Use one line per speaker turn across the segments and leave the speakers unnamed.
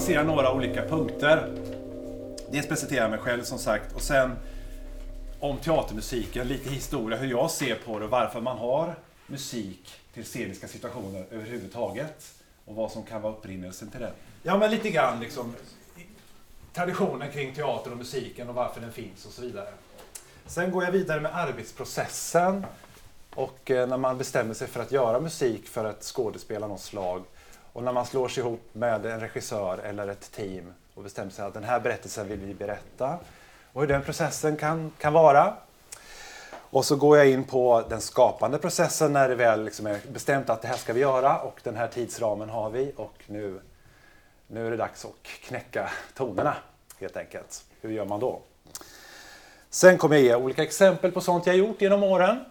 adressera några olika punkter. Dels presentera mig själv som sagt och sen om teatermusiken, lite historia, hur jag ser på det och varför man har musik till sceniska situationer överhuvudtaget och vad som kan vara upprinnelsen till det.
Ja, men lite grann liksom traditionen kring teater och musiken och varför den finns och så vidare. Sen går jag vidare med arbetsprocessen och när man bestämmer sig för att göra musik för ett skådespel av något slag och när man slår sig ihop med en regissör eller ett team och bestämmer sig att den här berättelsen vill vi berätta och hur den processen kan vara. Och så går jag in på den skapande processen när det väl liksom är bestämt att det här ska vi göra och den här tidsramen har vi och nu är det dags att knäcka tonerna helt enkelt. Hur gör man då? Sen kommer jag ge olika exempel på sånt jag gjort genom åren.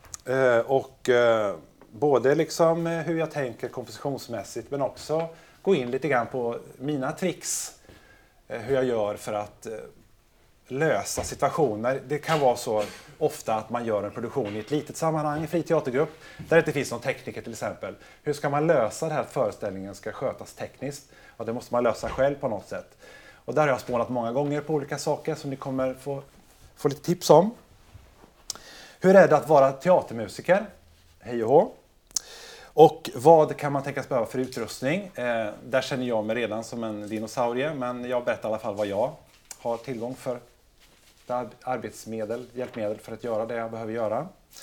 Både liksom hur jag tänker kompositionsmässigt men också gå in lite grann på mina tricks. Hur jag gör för att lösa situationer. Det kan vara så ofta att man gör en produktion i ett litet sammanhang, en fri teatergrupp, där det inte finns någon tekniker till exempel. Hur ska man lösa det här att föreställningen ska skötas tekniskt? Och det måste man lösa själv på något sätt. Och där har jag spånat många gånger på olika saker som ni kommer få lite tips om. Hur är det att vara teatermusiker? Hej och hå. Och vad kan man tänkas behöva för utrustning? Där känner jag mig redan som en dinosaurie, men jag berättar i alla fall vad jag har tillgång för arbetsmedel, hjälpmedel för att göra det jag behöver göra.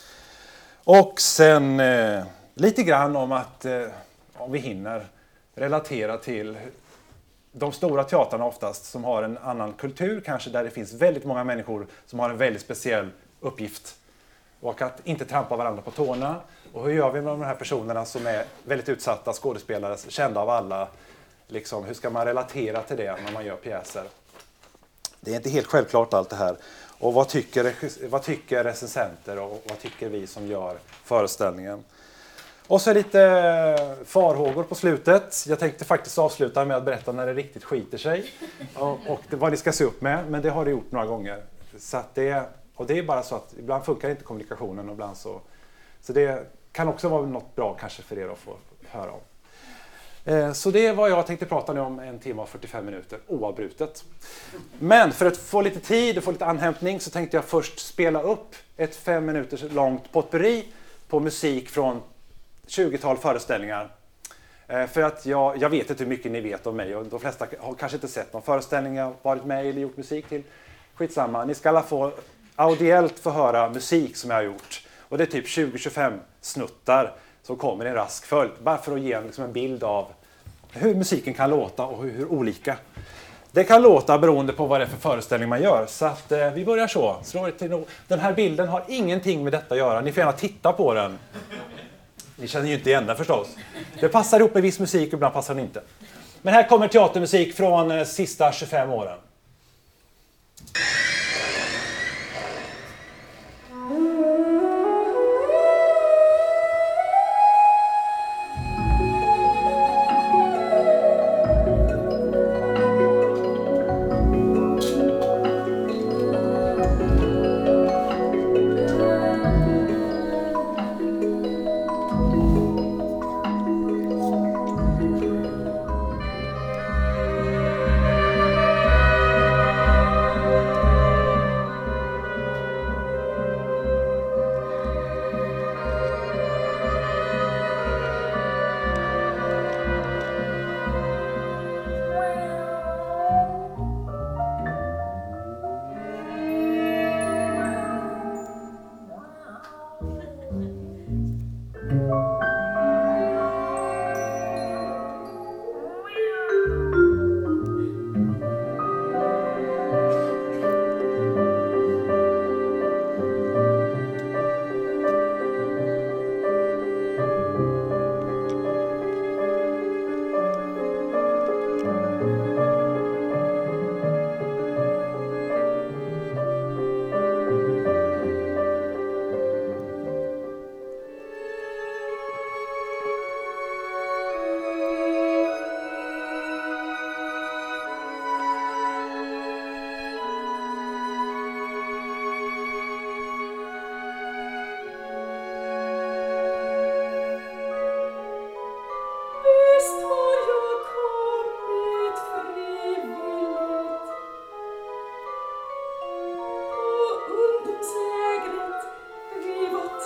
Och sen lite grann om att, om vi hinner, relatera till de stora teatrarna oftast som har en annan kultur, kanske där det finns väldigt många människor som har en väldigt speciell uppgift. Och att inte trampa varandra på tårna. Och hur gör vi med de här personerna som är väldigt utsatta skådespelare, kända av alla? Liksom, hur ska man relatera till det när man gör pjäser? Det är inte helt självklart allt det här. Och vad tycker recensenter och vad tycker vi som gör föreställningen? Och så lite farhågor på slutet. Jag tänkte faktiskt avsluta med att berätta när det riktigt skiter sig. Och vad ni ska se upp med, men det har det gjort några gånger. Så att det är bara så att ibland funkar inte kommunikationen och ibland så det kan också vara något bra kanske för er att få höra om. Så det är vad jag tänkte prata nu om 1 timme och 45 minuter oavbrutet. Men för att få lite tid och få lite anhämtning så tänkte jag först spela upp ett 5 minuters långt potpourri på musik från 20-tal föreställningar. För att jag vet inte hur mycket ni vet om mig och de flesta har kanske inte sett någon föreställning jag varit med eller gjort musik till. Skitsamma, ni ska alla få audiellt få höra musik som jag har gjort. Och det är typ 20-25 snuttar som kommer i en rask följd. Bara för att ge liksom en bild av hur musiken kan låta och hur olika. Det kan låta beroende på vad det är för föreställning man gör. Så att vi börjar så. Den här bilden har ingenting med detta att göra. Ni får gärna titta på den. Ni känner ju inte igen den förstås. Det passar ihop med viss musik och ibland passar den inte. Men här kommer teatermusik från sista 25 åren.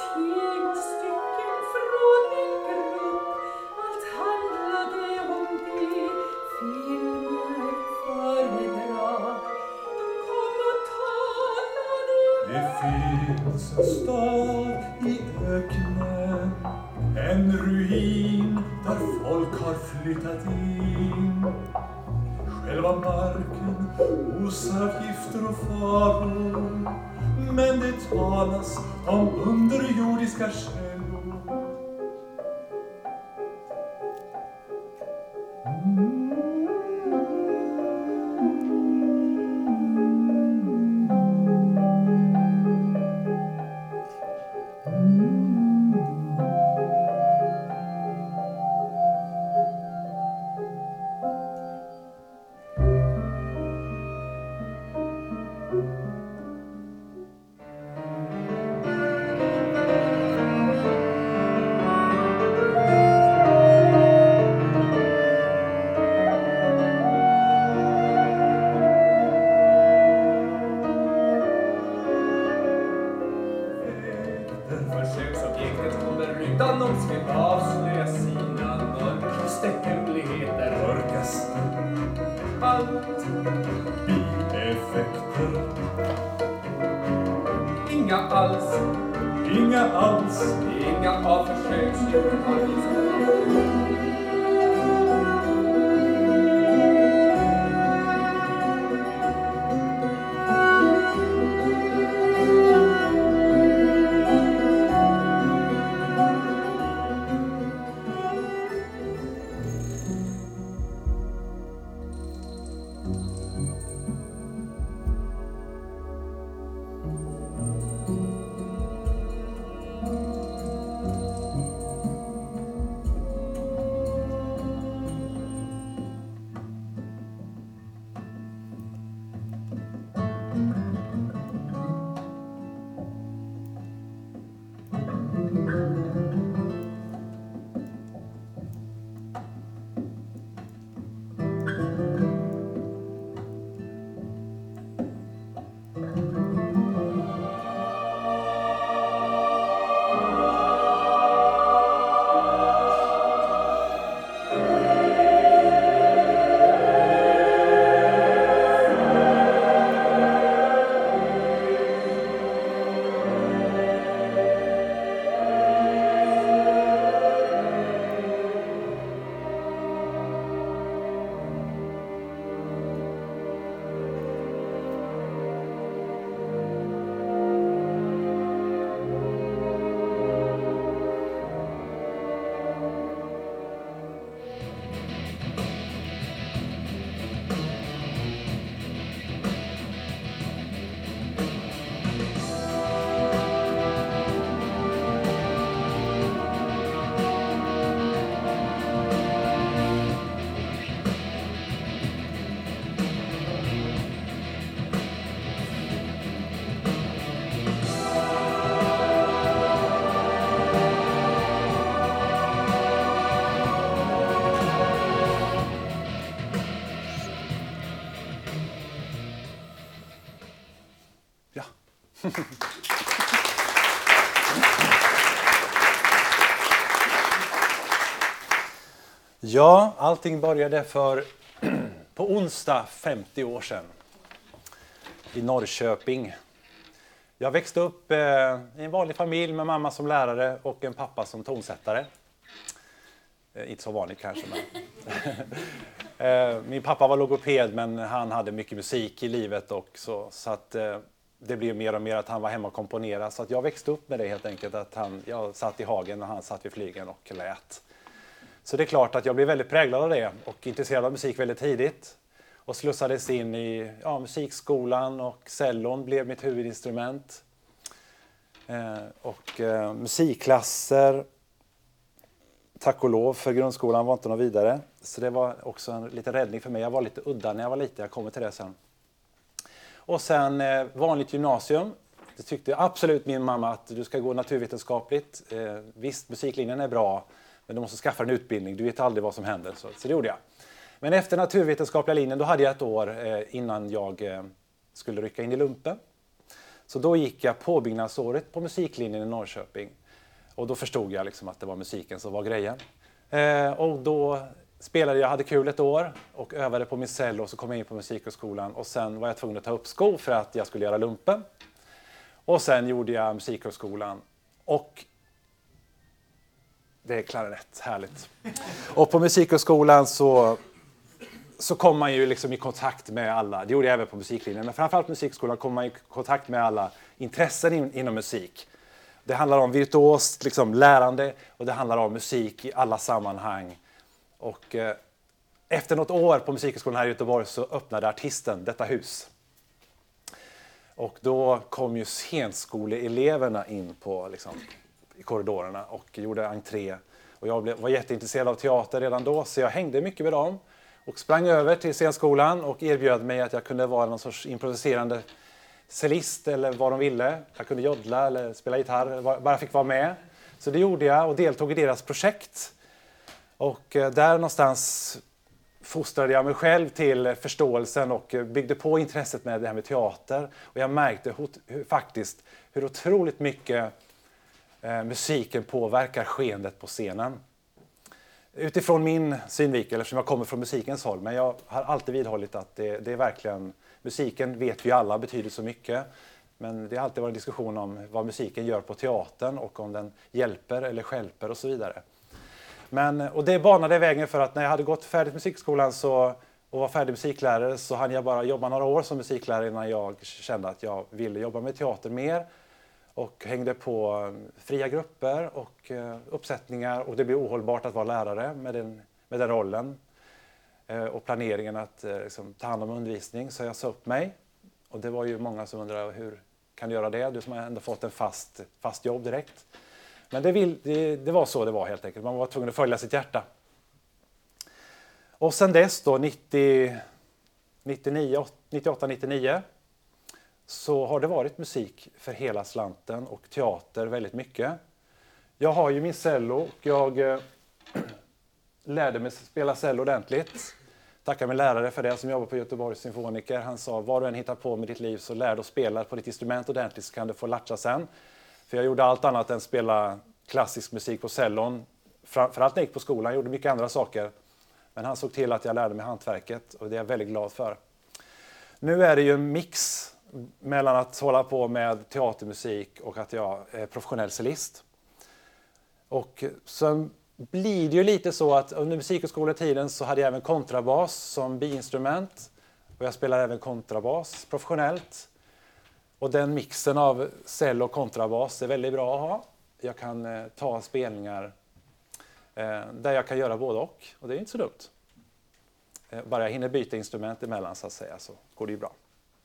Stycken från min grupp, allt handlade om det. Filmer föredrag, de kom och talade.
Det finns en stad i öknen, en ruin där folk har flyttat in. Själva marken osar gifter och faror, men det talas om underjordiska källor.
Försöksobjektet kommer utan de ska avslöja sina mörkaste hemligheter.
Mörkaste
Allt,
bieffekter,
inga alls,
inga alls.
inga av försöksdjuren har visat.
Ja, allting började på onsdag 50 år sedan i Norrköping. Jag växte upp i en vanlig familj med mamma som lärare och en pappa som tonsättare. Inte så vanligt kanske, men min pappa var logoped, men han hade mycket musik i livet också, så att det blev mer och mer att han var hemma och komponerade. Så att jag växte upp med det helt enkelt, att jag satt i hagen och han satt vid flygeln och lät. Så det är klart att jag blev väldigt präglad av det och intresserad av musik väldigt tidigt. Och slussades in i musikskolan, och cellon blev mitt huvudinstrument. Musikklasser, tack och lov, för grundskolan var inte något vidare. Så det var också en liten räddning för mig. Jag var lite udda när jag var liten, jag kommer till det sen. Och sen vanligt gymnasium. Det tyckte absolut min mamma, att du ska gå naturvetenskapligt. Visst, musiklinjen är bra, men du måste skaffa en utbildning. Du vet aldrig vad som händer. Så det gjorde jag. Men efter naturvetenskapliga linjen, då hade jag ett år innan jag skulle rycka in i lumpen. Så då gick jag påbyggnadsåret på musiklinjen i Norrköping. Och då förstod jag liksom att det var musiken som var grejen. Och då spelade jag, hade kul ett år och övade på min cello, och så kom jag in på musikhögskolan. Och sen var jag tvungen att ta upp skov för att jag skulle göra lumpen. Och sen gjorde jag musikhögskolan. Och det är klarinett, härligt. Och på musikhögskolan så kom man ju liksom i kontakt med alla. Det gjorde jag även på musiklinjen. Men framförallt på musikskolan kom man i kontakt med alla intressen inom musik. Det handlar om virtuost liksom, lärande och det handlar om musik i alla sammanhang. Och efter något år på musikhögskolan här i Göteborg så öppnade artisten detta hus. Och då kom ju scenskoleeleverna in på liksom, i korridorerna och gjorde entré. Och jag var jätteintresserad av teater redan då, så jag hängde mycket med dem. Och sprang över till scenskolan och erbjöd mig att jag kunde vara någon sorts improviserande cellist eller vad de ville. Jag kunde joddla eller spela gitarr, bara fick vara med. Så det gjorde jag och deltog i deras projekt. Och där någonstans fostrade jag mig själv till förståelsen och byggde på intresset med det här med teater. Och jag märkte hur otroligt mycket musiken påverkar skeendet på scenen. Utifrån min synvinkel, eftersom jag kommer från musikens håll, men jag har alltid vidhållit att det är verkligen, musiken vet vi alla betyder så mycket, men det har alltid varit en diskussion om vad musiken gör på teatern och om den hjälper eller stjälper och så vidare. Och det banade vägen för att när jag hade gått färdigt musikskolan och var färdig musiklärare så hann jag bara jobba några år som musiklärare innan jag kände att jag ville jobba med teater mer. Och hängde på fria grupper och uppsättningar och det blev ohållbart att vara lärare med den rollen. Och planeringen att liksom, ta hand om undervisning, så jag sa upp mig. Och det var ju många som undrade hur kan du göra det? Du som har ändå fått en fast jobb direkt. Men det var så det var helt enkelt. Man var tvungen att följa sitt hjärta. Och sen dess då, 98-99, så har det varit musik för hela slanten och teater väldigt mycket. Jag har ju min cello och jag lärde mig spela cello ordentligt. Tackar min lärare för det som jobbar på Göteborgs symfoniker. Han sa, vad du än hittar på med ditt liv så lär du att spela på ditt instrument ordentligt så kan du få latcha sen. För jag gjorde allt annat än spela klassisk musik på cellon. Framförallt när jag gick på skolan, jag gjorde mycket andra saker. Men han såg till att jag lärde mig hantverket och det är jag väldigt glad för. Nu är det ju en mix mellan att hålla på med teatermusik och att jag är professionell cellist. Och sen blir det ju lite så att under musikhögskoletiden så hade jag även kontrabas som biinstrument. Och jag spelar även kontrabas professionellt. Och den mixen av cello och kontrabas är väldigt bra att ha. Jag kan ta spelningar där jag kan göra både och det är inte så dumt. Bara jag hinner byta instrument emellan så att säga så går det ju bra.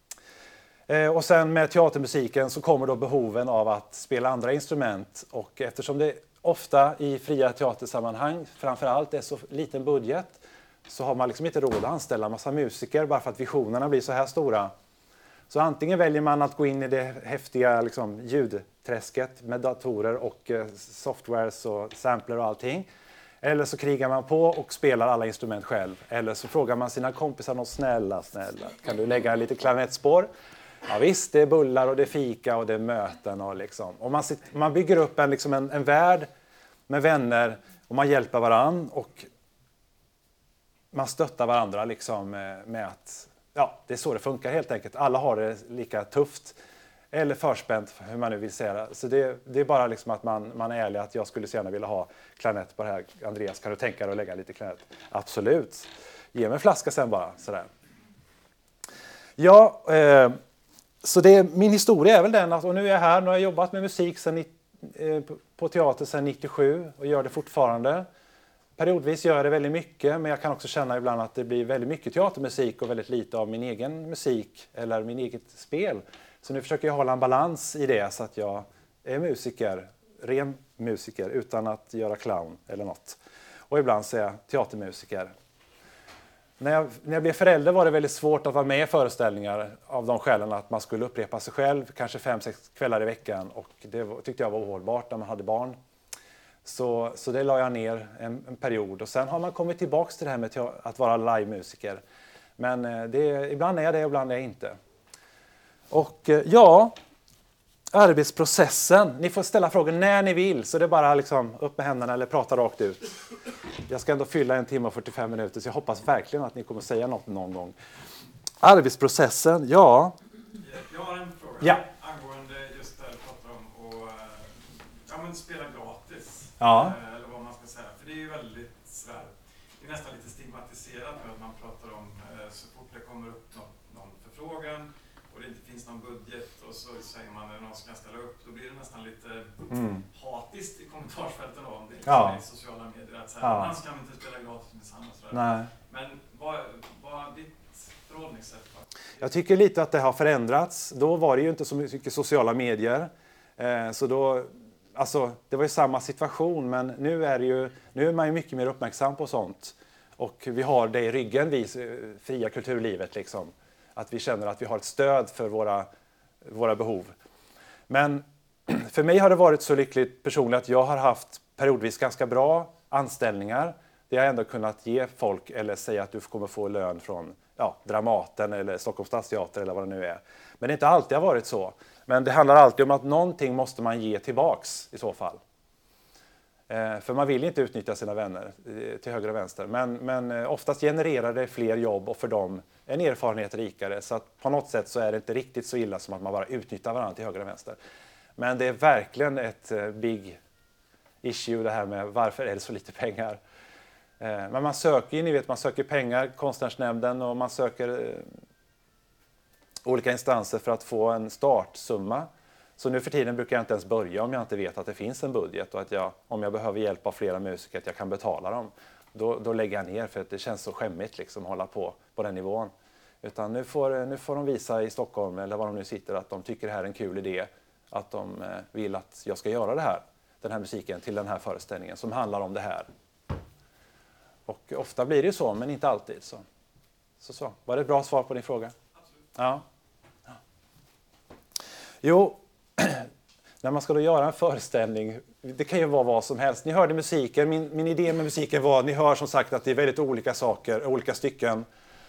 Och sen med teatermusiken så kommer då behoven av att spela andra instrument. Och eftersom det ofta i fria teatersammanhang framförallt är så liten budget så har man liksom inte råd att anställa en massa musiker bara för att visionerna blir så här stora. Så antingen väljer man att gå in i det häftiga liksom, ljudträsket med datorer och softwares och sampler och allting. Eller så krigar man på och spelar alla instrument själv. Eller så frågar man sina kompisar något snälla, kan du lägga lite klarinettspår? Ja visst, det är bullar och det är fika och det är möten och liksom. Och man bygger upp en värld med vänner och man hjälper varann och man stöttar varandra liksom med att det är så det funkar helt enkelt. Alla har det lika tufft eller förspänt hur man nu vill säga det. Så det är bara liksom att man är ärlig att jag skulle så gärna vilja ha klarinett på det här. Andreas, kan du tänka dig att lägga lite klarinett? Absolut. Ge mig en flaska sen bara. Sådär. Ja, så min historia är väl den att och nu är jag här. Nu har jag jobbat med musik på teater sedan 97 och gör det fortfarande. Periodvis gör jag det väldigt mycket, men jag kan också känna ibland att det blir väldigt mycket teatermusik och väldigt lite av min egen musik eller min eget spel. Så nu försöker jag hålla en balans i det så att jag är musiker, ren musiker utan att göra clown eller något. Och ibland så är jag teatermusiker. När jag blev förälder var det väldigt svårt att vara med i föreställningar av de skälen att man skulle upprepa sig själv kanske 5-6 kvällar i veckan och det tyckte jag var ohållbart när man hade barn. Så det la jag ner en period och sen har man kommit tillbaka till det här med att vara livemusiker. Men ibland är jag det och ibland är jag inte. Och Arbetsprocessen. Ni får ställa frågor när ni vill, så det är bara liksom upp med händerna eller prata rakt ut. Jag ska ändå fylla 1 timme och 45 minuter, så jag hoppas verkligen att ni kommer säga något någon gång. Arbetsprocessen, ja.
Jag har en fråga angående just det du pratar om och spela gratis.
Ja.
Eller vad man ska säga. För det är ju väldigt sådär, det är nästan lite stigmatiserat med att man pratar om så fort det kommer upp någon förfrågan och det inte finns någon budget och så säger man att någon ska ställa upp, då blir det nästan lite hatiskt i kommentarsfälten om det liksom i sociala medier att säga, man ska inte spela gratis med samma sådär.
Nej.
Men vad ditt förhållningssätt?
Jag tycker lite att det har förändrats. Då var det ju inte så mycket sociala medier. Så då, alltså, det var ju samma situation, men nu är man ju mycket mer uppmärksam på sånt. Och vi har det i ryggen, vi fria kulturlivet liksom. Att vi känner att vi har ett stöd för våra behov. Men för mig har det varit så lyckligt personligen att jag har haft periodvis ganska bra anställningar. Det har ändå kunnat ge folk eller säga att du kommer få lön från Dramaten eller Stockholms stadsteater eller vad det nu är. Men det inte alltid har varit så. Men det handlar alltid om att någonting måste man ge tillbaks i så fall. För man vill inte utnyttja sina vänner till höger och vänster. Men oftast genererar det fler jobb och för dem en erfarenhet rikare. Så att på något sätt så är det inte riktigt så illa som att man bara utnyttjar varandra till höger och vänster. Men det är verkligen ett big issue det här med varför är det så lite pengar. Men man söker, man söker pengar, Konstnärsnämnden, och man söker olika instanser för att få en startsumma. Så nu för tiden brukar jag inte ens börja om jag inte vet att det finns en budget och att om jag behöver hjälp av flera musiker att jag kan betala dem. Då lägger jag ner, för att det känns så skämmigt liksom att hålla på den nivån. Utan nu får de visa i Stockholm eller var de nu sitter att de tycker det här är en kul idé. Att de vill att jag ska göra den här musiken till den här föreställningen som handlar om det här. Och ofta blir det så, men inte alltid. Så. Var det ett bra svar på din fråga?
Absolut.
Ja. Jo, när man ska då göra en föreställning, det kan ju vara vad som helst. Ni hörde musiken, min idé med musiken var, ni hör som sagt att det är väldigt olika saker, olika stycken.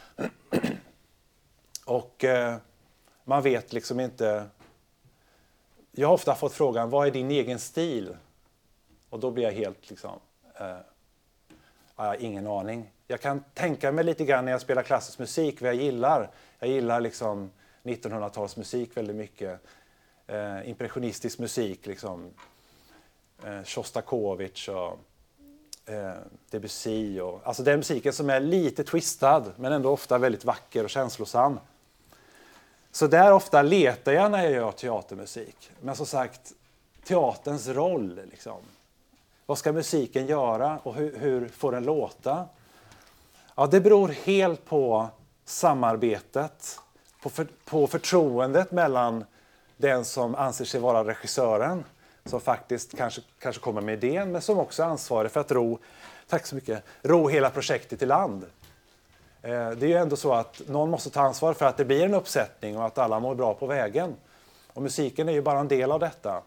Och man vet liksom inte. Jag har ofta fått frågan, vad är din egen stil? Och då blir jag helt liksom, jag har ingen aning. Jag kan tänka mig lite grann när jag spelar klassisk musik vad jag gillar. Jag gillar liksom 1900-talsmusik väldigt mycket. Impressionistisk musik, liksom Shostakovich och Debussy. Alltså den musiken som är lite twistad men ändå ofta väldigt vacker och känslosam. Så där ofta letar jag när jag gör teatermusik. Men som sagt, teaterns roll liksom. Vad ska musiken göra och hur får den låta? Ja, det beror helt på samarbetet, på förtroendet mellan den som anser sig vara regissören, som faktiskt kanske kommer med idén, men som också är ansvarig för att ro hela projektet i land. Det är ju ändå så att någon måste ta ansvar för att det blir en uppsättning och att alla mår bra på vägen. Och musiken är ju bara en del av detta.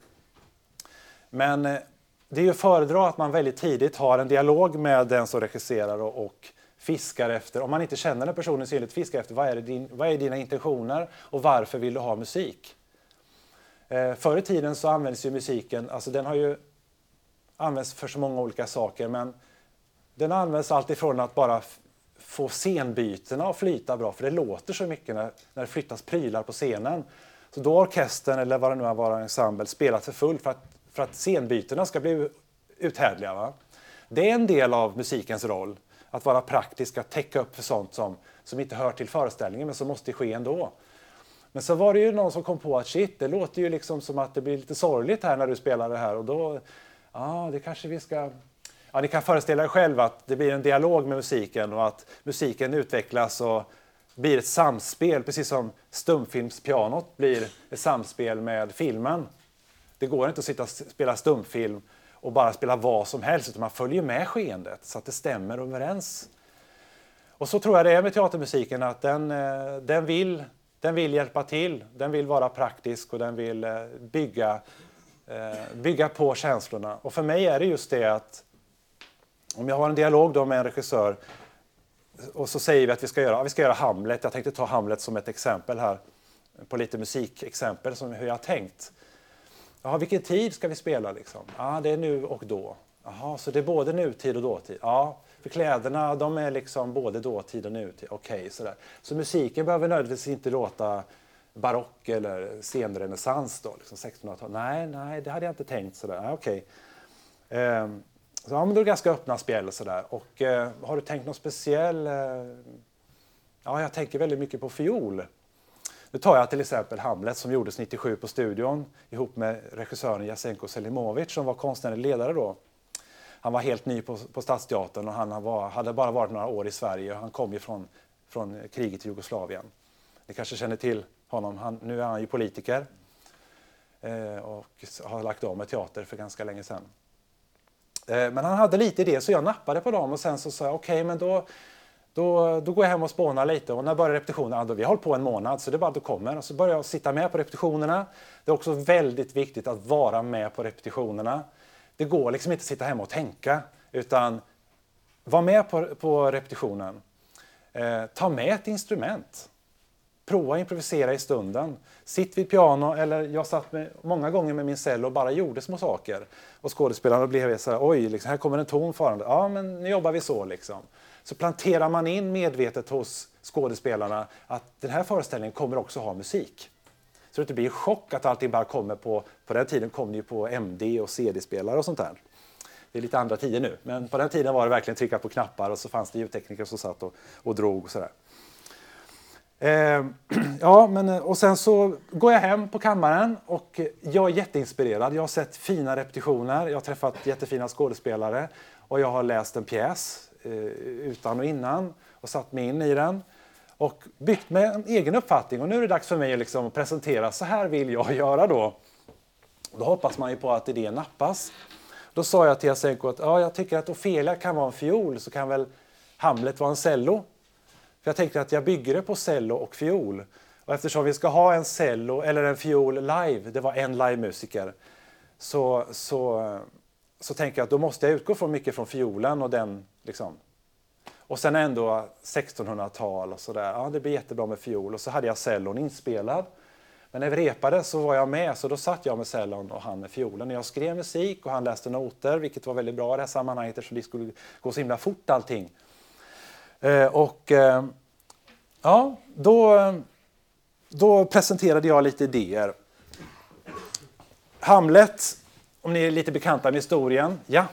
Men det är ju föredra att man väldigt tidigt har en dialog med den som regisserar och fiskar efter, om man inte känner den personen synligt, fiskar efter vad är dina intentioner och varför vill du ha musik? Förr i tiden så används ju musiken, alltså den har ju använts för så många olika saker, men den används alltid från att bara få scenbytena att flyta bra, för det låter så mycket när det flyttas prylar på scenen. Så då har orkestern eller vad det nu har varit, ensemble, spelat för fullt för att scenbytena ska bli uthärdliga. Va? Det är en del av musikens roll, att vara praktisk, att täcka upp för sånt som inte hör till föreställningen men som måste ske ändå. Men så var det ju någon som kom på att shit, det låter ju liksom som att det blir lite sorgligt här när du spelar det här, och då, det kanske vi ska... Ja, ni kan föreställa er själva att det blir en dialog med musiken och att musiken utvecklas och blir ett samspel, precis som stumfilmspianot blir ett samspel med filmen. Det går inte att sitta och spela stumfilm och bara spela vad som helst, utan man följer med skeendet så att det stämmer överens. Och så tror jag det är med teatermusiken, att den vill hjälpa till, den vill vara praktisk och den vill bygga på känslorna. Och för mig är det just det att om jag har en dialog då med en regissör och så säger vi att vi ska göra Hamlet. Jag tänkte ta Hamlet som ett exempel här. på lite musikexempel som hur jag har tänkt. Jaha, vilken tid ska vi spela liksom? Ja, det är nu och då. Jaha, så det är både nutid och dåtid? Ja, för kläderna de är liksom både dåtid och nutid. Okej, sådär. Så musiken behöver nödvändigtvis inte låta barock eller senrenässans då, liksom 1600-tal. Nej, det hade jag inte tänkt sådär. Nej, okej. Så ja, men då är det ganska öppna spel och sådär. Och har du tänkt något speciell? Ja, jag tänker väldigt mycket på fiol. Nu tar jag till exempel Hamlet som gjordes 97 på studion ihop med regissören Jasenko Selimovic som var konstnärlig ledare då. Han var helt ny på Stadsteatern och han hade bara varit några år i Sverige och han kom ju från kriget i Jugoslavien. Ni kanske känner till honom, nu är han ju politiker och har lagt av med teater för ganska länge sedan. Men han hade lite idé så jag nappade på dem och sen så sa jag okej, men då går jag hem och spånar lite och när börjar repetitionerna? Vi har hållit på en månad så det är bara att du kommer och så börjar jag sitta med på repetitionerna. Det är också väldigt viktigt att vara med på repetitionerna. Det går liksom inte att sitta hemma och tänka utan var med på repetitionen. Ta med ett instrument. Prova improvisera i stunden. Sitt vid piano eller jag satt många gånger med min cello och bara gjorde små saker. Och skådespelarna blev så här, oj, liksom, här kommer en ton farande. Ja, men nu jobbar vi så liksom. Så planterar man in medvetet hos skådespelarna att den här föreställningen kommer också ha musik. Så det inte blir chock att allting bara kommer på den tiden kom det ju på MD och CD-spelare och sånt där. Det är lite andra tider nu, men på den tiden var det verkligen trycka på knappar och så fanns det ljudtekniker som satt och drog och sådär. Och sen så går jag hem på kammaren och jag är jätteinspirerad. Jag har sett fina repetitioner, jag har träffat jättefina skådespelare och jag har läst en pjäs utan och innan och satt mig in i den och byggt med en egen uppfattning. Och nu är det dags för mig liksom att presentera, så här vill jag göra då. Då hoppas man ju på att idén nappas. Då sa jag till Jasenko att jag tycker att Ofelia kan vara en fiol så kan väl Hamlet vara en cello. För jag tänkte att jag bygger det på cello och fiol. Och eftersom vi ska ha en cello eller en fiol live, det var en livemusiker, så tänker jag att då måste jag utgå från mycket från fiolen och den liksom. Och sen ändå 1600-tal och sådär. Ja, det blir jättebra med fiol. Och så hade jag cellon inspelad. Men när vi repade så var jag med, så då satt jag med cellon och han med fiolen. Jag skrev musik och han läste noter, vilket var väldigt bra i det här sammanhanget eftersom det skulle gå så himla fort allting. Då presenterade jag lite idéer. Hamlet, om ni är lite bekanta med historien. Ja.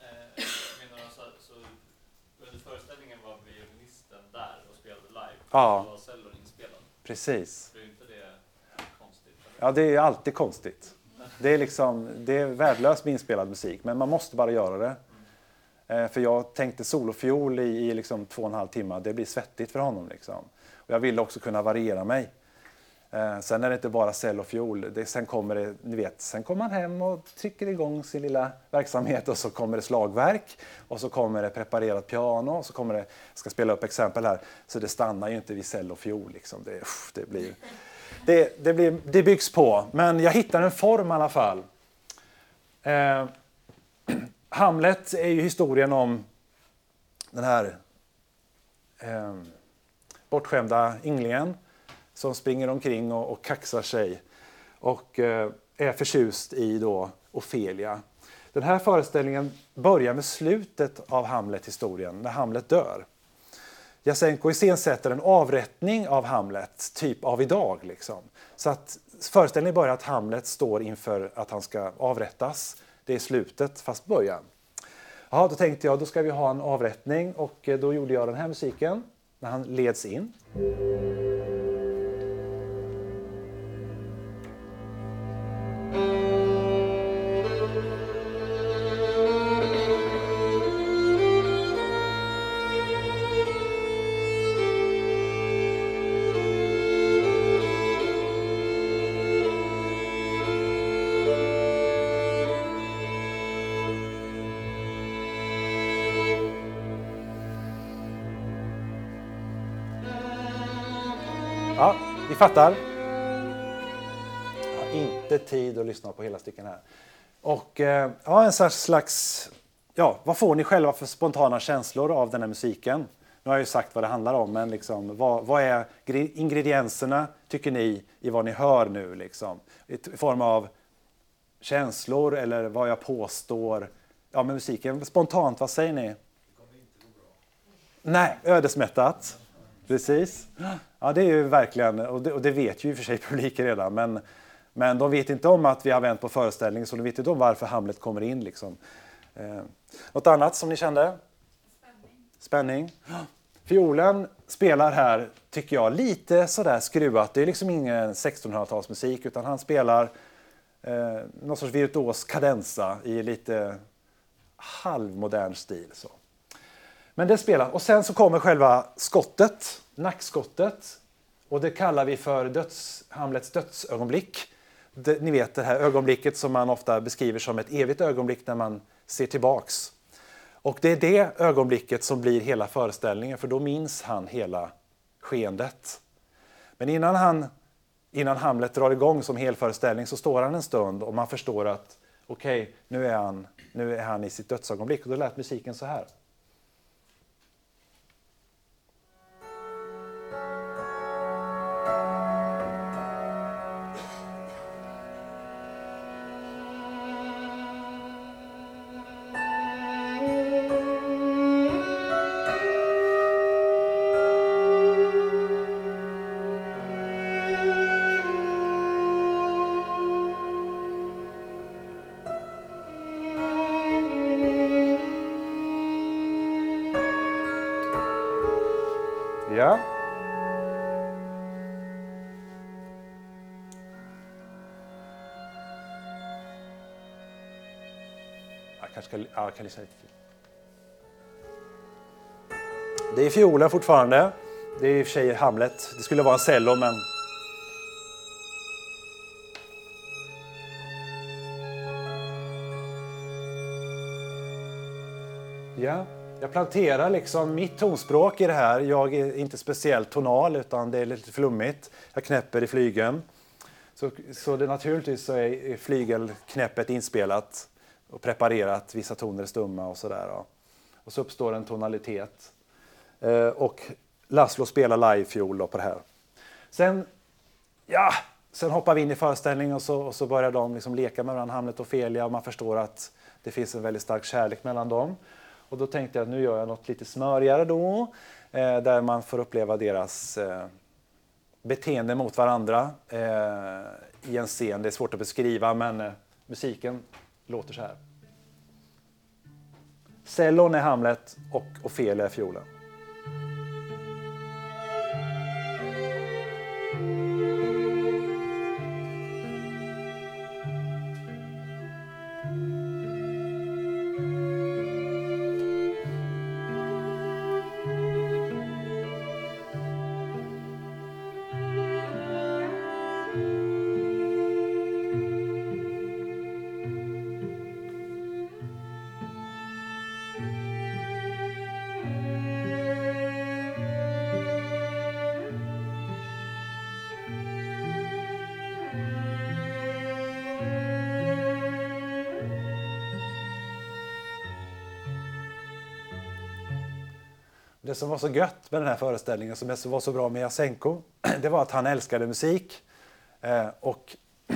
Så under föreställningen var violinisten där och spelade live.
Ja.
Och var cellon inspelad.
Precis.
Det är inte det konstigt?
Ja, det är alltid konstigt. Det är värdelöst med inspelad musik, men man måste bara göra det. För jag tänkte solofiol i liksom 2,5 timmar, det blir svettigt för honom. Liksom. Och jag ville också kunna variera mig. Sen är det inte bara cell och fiol. Sen kommer man hem och trycker igång sin lilla verksamhet och så kommer det slagverk och så kommer det preparerat piano och så kommer jag ska spela upp exempel här. Så det stannar ju inte vid cell och fiol. Liksom. Det byggs på, men jag hittar en form i alla fall. Hamlet är ju historien om den här bortskämda ynglingen som springer omkring och kaxar sig och är förtjust i då Ofelia. Den här föreställningen börjar med slutet av Hamlet-historien, när Hamlet dör. Jasenko iscensätter en avrättning av Hamlet, typ av idag. Liksom. Så att föreställningen börjar att Hamlet står inför att han ska avrättas. Det är slutet, fast början. Ja, då tänkte jag, då ska vi ha en avrättning och då gjorde jag den här musiken när han leds in. Ja, vi fattar. Jag har inte tid att lyssna på hela stycken här. Och en slags, vad får ni själva för spontana känslor av den här musiken? Nu har jag ju sagt vad det handlar om, men liksom, vad är ingredienserna, tycker ni, i vad ni hör nu? Liksom? I form av känslor eller vad jag påstår. Ja, med musiken. Spontant, vad säger ni? Nej, ödesmättat. Precis. Ja, det är ju verkligen, och det vet ju i och för sig publiken redan, men de vet inte om att vi har vänt på föreställningen, så de vet inte om varför Hamlet kommer in. Liksom. Något annat som ni kände? Spänning. Fiolen spelar här, tycker jag, lite sådär skruvat. Det är liksom ingen 1600-talsmusik, utan han spelar någon sorts virtuos kadensa i lite halvmodern stil. Så. Men det spelar. Och sen så kommer själva skottet, nackskottet. Och det kallar vi för Hamlets dödsögonblick. Ni vet det här ögonblicket som man ofta beskriver som ett evigt ögonblick när man ser tillbaks. Och det är det ögonblicket som blir hela föreställningen, för då minns han hela skeendet. Men innan Hamlet drar igång som hel föreställning så står han en stund och man förstår att okej, nu är han i sitt dödsögonblick. Och då lät musiken så här. Ja. Jag kan lyssna lite till. Det är fiolen fortfarande. Det är i och för sig Hamlet. Det skulle vara en cello, men... Ja. Jag planterar liksom mitt tonspråk i det här. Jag är inte speciellt tonal, utan det är lite flummigt. Jag knäpper i flygeln. Så det naturligtvis så är flygelknäppet inspelat och preparerat. Vissa toner är stumma och sådär. Och så uppstår en tonalitet. Och Laszlo spelar live-fiol på det här. Sen hoppar vi in i föreställningen och så börjar de liksom leka med varandra, Hamlet och Ofelia. Och man förstår att det finns en väldigt stark kärlek mellan dem. Och då tänkte jag att nu gör jag något lite smörigare då. Där man får uppleva deras beteende mot varandra i en scen. Det är svårt att beskriva, men musiken låter så här. Cellon är Hamlet och Ofelia är fiolen. Det som var så gött med den här föreställningen, som var så bra med Jasenko, det var att han älskade musik. Och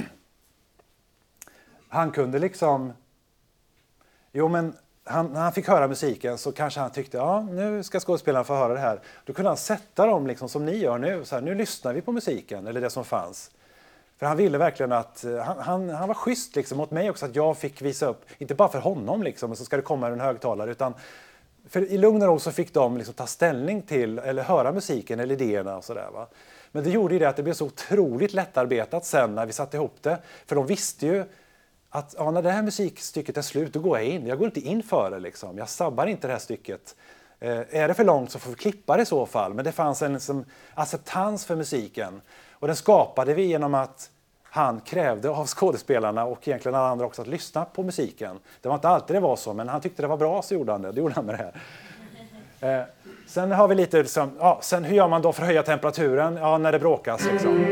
han kunde liksom... när han fick höra musiken så kanske han tyckte, nu ska skådespelaren få höra det här. Då kunde han sätta dem liksom som ni gör nu. Så här, nu lyssnar vi på musiken, eller det som fanns. För han ville verkligen att... Han var schysst liksom mot mig också, att jag fick visa upp, inte bara för honom liksom, och så ska det komma en högtalare, utan... För i lugn och ro så fick de liksom ta ställning till eller höra musiken eller idéerna och sådär, va. Men det gjorde ju det att det blev så otroligt lättarbetat sen när vi satte ihop det. För de visste ju att när det här musikstycket är slut, då går jag in. Jag går inte in för det liksom. Jag sabbar inte det här stycket. Är det för långt så får vi klippa det i så fall. Men det fanns en liksom, acceptans för musiken. Och den skapade vi genom att han krävde av skådespelarna och egentligen alla andra också att lyssna på musiken. Det var inte alltid det var så, men han tyckte det var bra, så gjorde han det. Det gjorde han med det här. Sen har vi lite, sen hur gör man då för att höja temperaturen? Ja, när det bråkas liksom.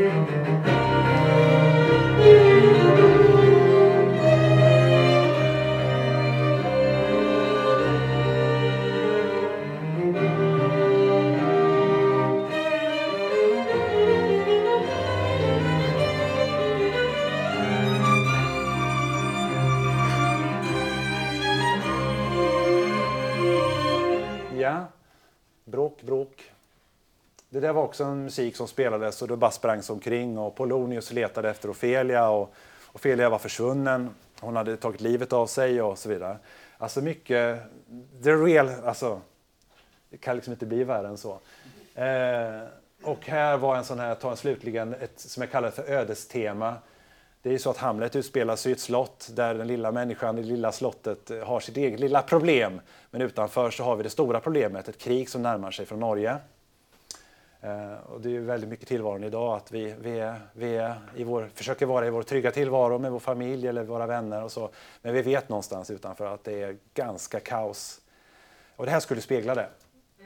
bråk. Det där var också en musik som spelades och då bara sprang omkring och Polonius letade efter Ofelia och Ofelia var försvunnen. Hon hade tagit livet av sig och så vidare. Alltså mycket, alltså det kan liksom inte bli värre än så. Och här var en sån här, ta en slutligen, ett som jag kallar för ödestema. Det är ju så att Hamlet utspelar sig i ett slott där den lilla människan i det lilla slottet har sitt eget lilla problem. Men utanför så har vi det stora problemet, ett krig som närmar sig från Norge. Och det är ju väldigt mycket tillvaron idag att vi försöker vara i vår trygga tillvaro med vår familj eller våra vänner och så. Men vi vet någonstans utanför att det är ganska kaos. Och det här skulle spegla det.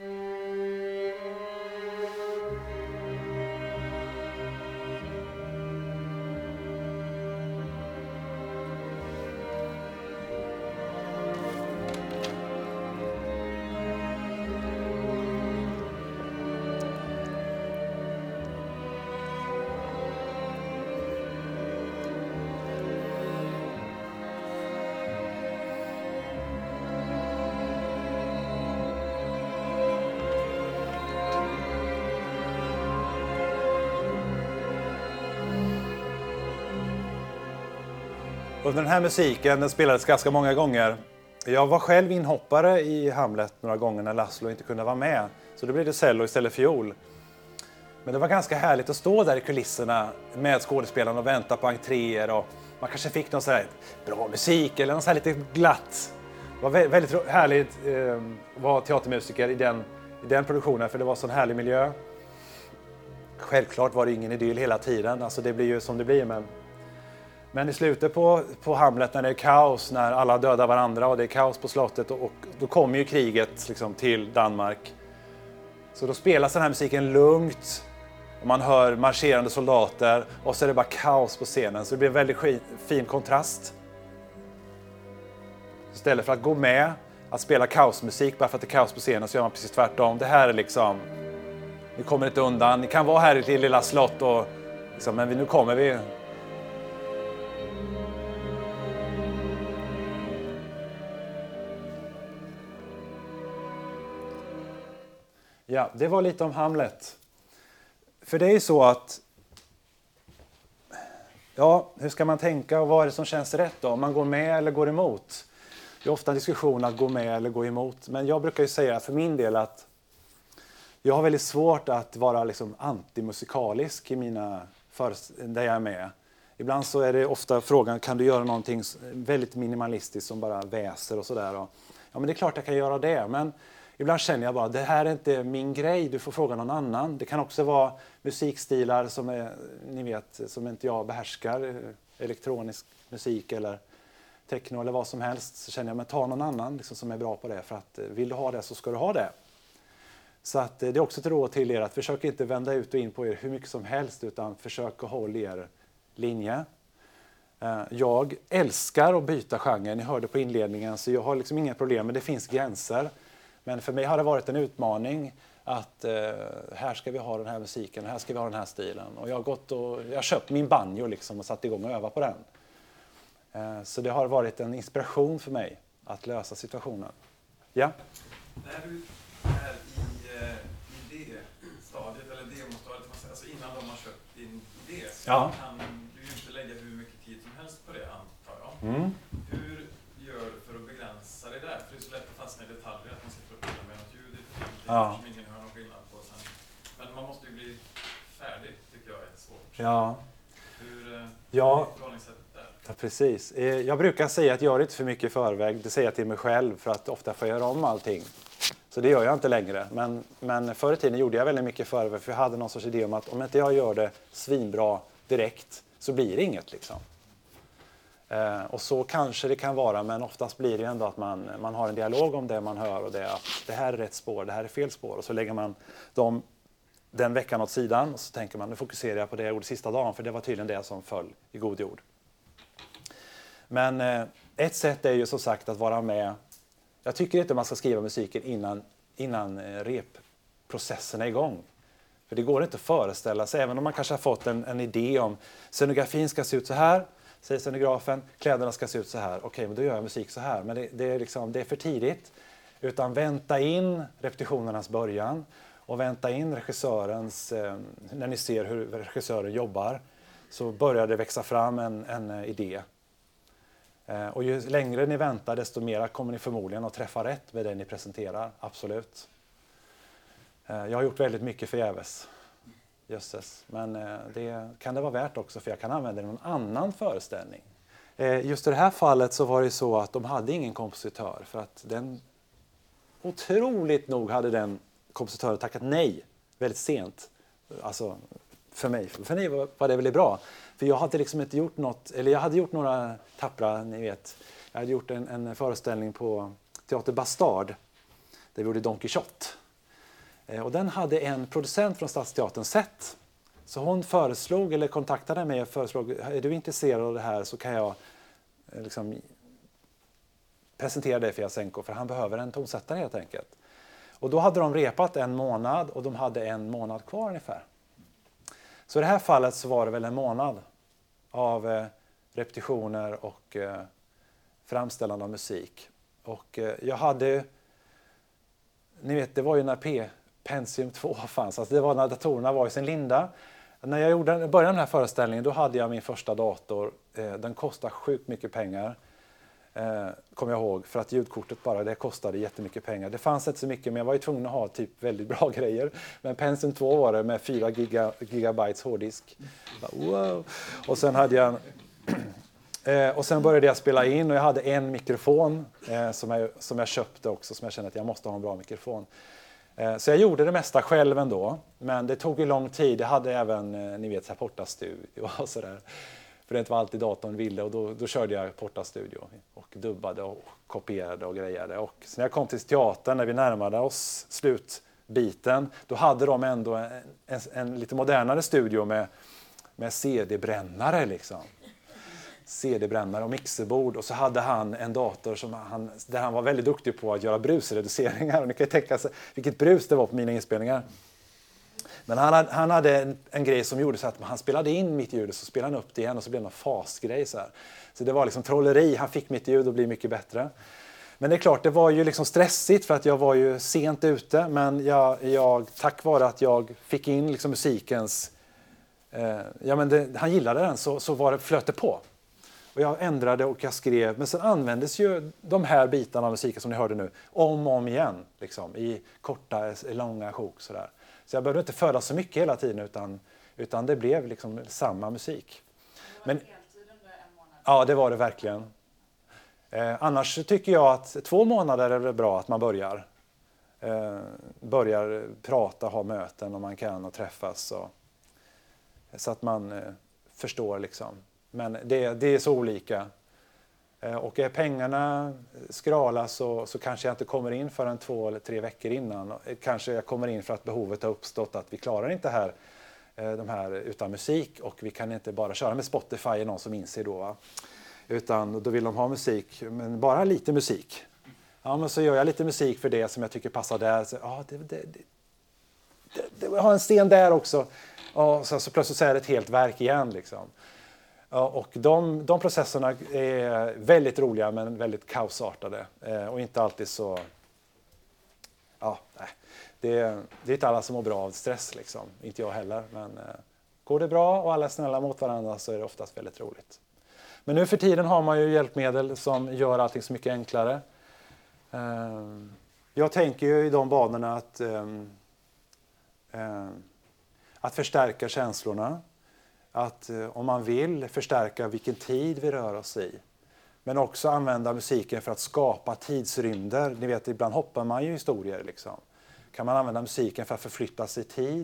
Och den här musiken den spelades ganska många gånger. Jag var själv inhoppare i Hamlet några gånger när Laszlo inte kunde vara med. Så då blev det cello istället för fiol. Men det var ganska härligt att stå där i kulisserna med skådespelarna och vänta på entréer. Och man kanske fick någon så här bra musik eller något så här lite glatt. Det var väldigt härligt att vara teatermusiker i den produktionen för det var så en härlig miljö. Självklart var det ingen idyll hela tiden. Alltså det blir ju som det blir men i slutet på Hamlet när det är kaos, när alla dödar varandra och det är kaos på slottet och då kommer ju kriget liksom till Danmark. Så då spelas den här musiken lugnt och man hör marscherande soldater och så är det bara kaos på scenen. Så det blir en väldigt fin kontrast. Istället för att gå med att spela kaosmusik bara för att det är kaos på scenen så gör man precis tvärtom. Det här är liksom, ni kommer inte undan, ni kan vara här i det lilla slott och liksom, men nu kommer vi. Ja, det var lite om Hamlet. För det är ju så att, ja, hur ska man tänka och vad är det som känns rätt då? Om man går med eller går emot? Det är ofta en diskussion att gå med eller gå emot. Men jag brukar ju säga för min del att jag har väldigt svårt att vara liksom antimusikalisk i där jag är med. Ibland så är det ofta frågan, kan du göra någonting väldigt minimalistiskt som bara väser och sådär? Ja, men det är klart jag kan göra det, men ibland känner jag bara, det här är inte min grej, du får fråga någon annan. Det kan också vara musikstilar som är, ni vet, som inte jag behärskar, elektronisk musik eller techno eller vad som helst. Så känner jag, men ta någon annan liksom, som är bra på det, för att vill du ha det så ska du ha det. Så att det är också ett råd till er att försök inte vända ut och in på er hur mycket som helst, utan försök att hålla er linje. Jag älskar att byta genre, ni hörde på inledningen, så jag har liksom inga problem, men det finns gränser. Men för mig har det varit en utmaning att här ska vi ha den här musiken, här ska vi ha den här stilen. Och jag har köpt min banjo liksom och satt igång och övat på den. Så det har varit en inspiration för mig att lösa situationen. Ja?
När du är i idéstadiet, eller demostadiet, alltså innan de har köpt din idé, så kan du ju inte lägga hur mycket tid som helst på det, antar jag.
Mm.
Hur gör du för att begränsa det där? För det är så lätt att fastna i detaljer, att man sitter och pillar med något ljud som ingen hör någon skillnad på sen. Men man måste ju bli färdig, tycker jag är svårt.
Ja.
Hur förhållningssättet där?
Ja, precis. Jag brukar säga att gör inte för mycket i förväg. Det säger jag till mig själv för att ofta får jag göra om allting. Så det gör jag inte längre. Men förr i tiden gjorde jag väldigt mycket i förväg, för jag hade någon sorts idé om att om inte jag gör det svinbra direkt så blir det inget liksom. Och så kanske det kan vara, men oftast blir det ändå att man har en dialog om det man hör och det att det här är rätt spår, det här är fel spår, och så lägger man den veckan åt sidan och så tänker man, nu fokuserar jag på det jag gjorde sista dagen, för det var tydligen det som föll i god jord. Men ett sätt är ju som sagt att vara med. Jag tycker inte man ska skriva musiken innan repprocessen är igång. För det går inte att föreställa sig, även om man kanske har fått en idé om scenografin ska se ut så här, säger scenografen, kläderna ska se ut så här. Okej, men då gör jag musik så här. Men det är för tidigt. Utan vänta in repetitionernas början och vänta in regissörens, när ni ser hur regissören jobbar så börjar det växa fram en idé. Och ju längre ni väntar desto mer kommer ni förmodligen att träffa rätt med det ni presenterar, absolut. Jag har gjort väldigt mycket förgäves, jösses. Men det kan det vara värt också för jag kan använda det i någon annan föreställning. Just i det här fallet så var det så att de hade ingen kompositör för att otroligt nog hade den kompositören tackat nej väldigt sent. Alltså för mig var det väldigt bra. För jag hade liksom inte gjort något, eller jag hade gjort några tappra, ni vet. Jag hade gjort en föreställning på Teater Bastard där vi gjorde Don Quixote. Och den hade en producent från Stadsteatern sett. Så hon föreslog, eller kontaktade mig och föreslog, är du intresserad av det här så kan jag liksom presentera det för Jasenko för han behöver en tonsättare helt enkelt. Och då hade de repat en månad och de hade en månad kvar ungefär. Så i det här fallet så var det väl en månad av repetitioner och framställande av musik. Och jag hade, ni vet det var ju när Pentium 2 fanns, alltså det var när datorerna var i sin linda. När jag började den här föreställningen då hade jag min första dator, den kostade sjukt mycket pengar. Kommer jag ihåg, för att ljudkortet bara, det kostade jättemycket pengar. Det fanns inte så mycket, men jag var ju tvungen att ha typ väldigt bra grejer. Men Pentium 2 var det med 4 gigabytes hårddisk. Wow. Och sen hade jag och sen började jag spela in och jag hade en mikrofon som jag köpte också, som jag kände att jag måste ha en bra mikrofon. Så jag gjorde det mesta själv ändå, men det tog ju lång tid. Jag hade även, ni vet, så här Porta-studio och sådär. För det var alltid datorn ville och då körde jag Porta-studio och dubbade och kopierade och grejade. Och sen när jag kom till teatern, när vi närmade oss slutbiten, då hade de ändå en lite modernare studio med CD-brännare liksom. CD-brännare och mixerbord och så hade han en dator där han var väldigt duktig på att göra brusreduceringar. Och ni kan ju tänka sig vilket brus det var på mina inspelningar. Men han hade en grej som gjorde så att han spelade in mitt ljud och så spelade han upp det igen och så blev det en fasgrej så här. Så det var liksom trolleri, han fick mitt ljud att bli mycket bättre. Men det är klart, det var ju liksom stressigt för att jag var ju sent ute, men jag tack vare att jag fick in liksom musikens, han gillade den så var det flöt det på. Och jag ändrade och jag skrev, men sen användes ju de här bitarna av musiken som ni hörde nu om och om igen liksom, i korta, långa sjok sådär. Så jag behövde inte föda så mycket hela tiden utan det blev liksom samma musik.
Men var det heltid under en månad?
Ja, det var det verkligen. Annars tycker jag att 2 månader är det bra att man börjar prata, ha möten om man kan och träffas. Så att man förstår liksom. Men det är så olika. Och är pengarna skrala så kanske jag inte kommer in förrän 2 eller 3 veckor innan. Kanske jag kommer in för att behovet har uppstått att vi klarar inte de här utan musik och vi kan inte bara köra med Spotify är någon som inser då. Va? Utan då vill de ha musik, men bara lite musik. Ja, men så gör jag lite musik för det som jag tycker passar där. Så, jag har en scen där också. Och så plötsligt så är det ett helt verk igen liksom. Och de processerna är väldigt roliga men väldigt kaosartade och inte alltid så, det är inte alla som mår bra av stress liksom, inte jag heller, men går det bra och alla är snälla mot varandra så är det oftast väldigt roligt. Men nu för tiden har man ju hjälpmedel som gör allting så mycket enklare. Jag tänker ju i de banorna att förstärka känslorna. Att om man vill förstärka vilken tid vi rör oss i. Men också använda musiken för att skapa tidsrymder. Ni vet, ibland hoppar man ju historier liksom. Kan man använda musiken för att förflytta sig i tid?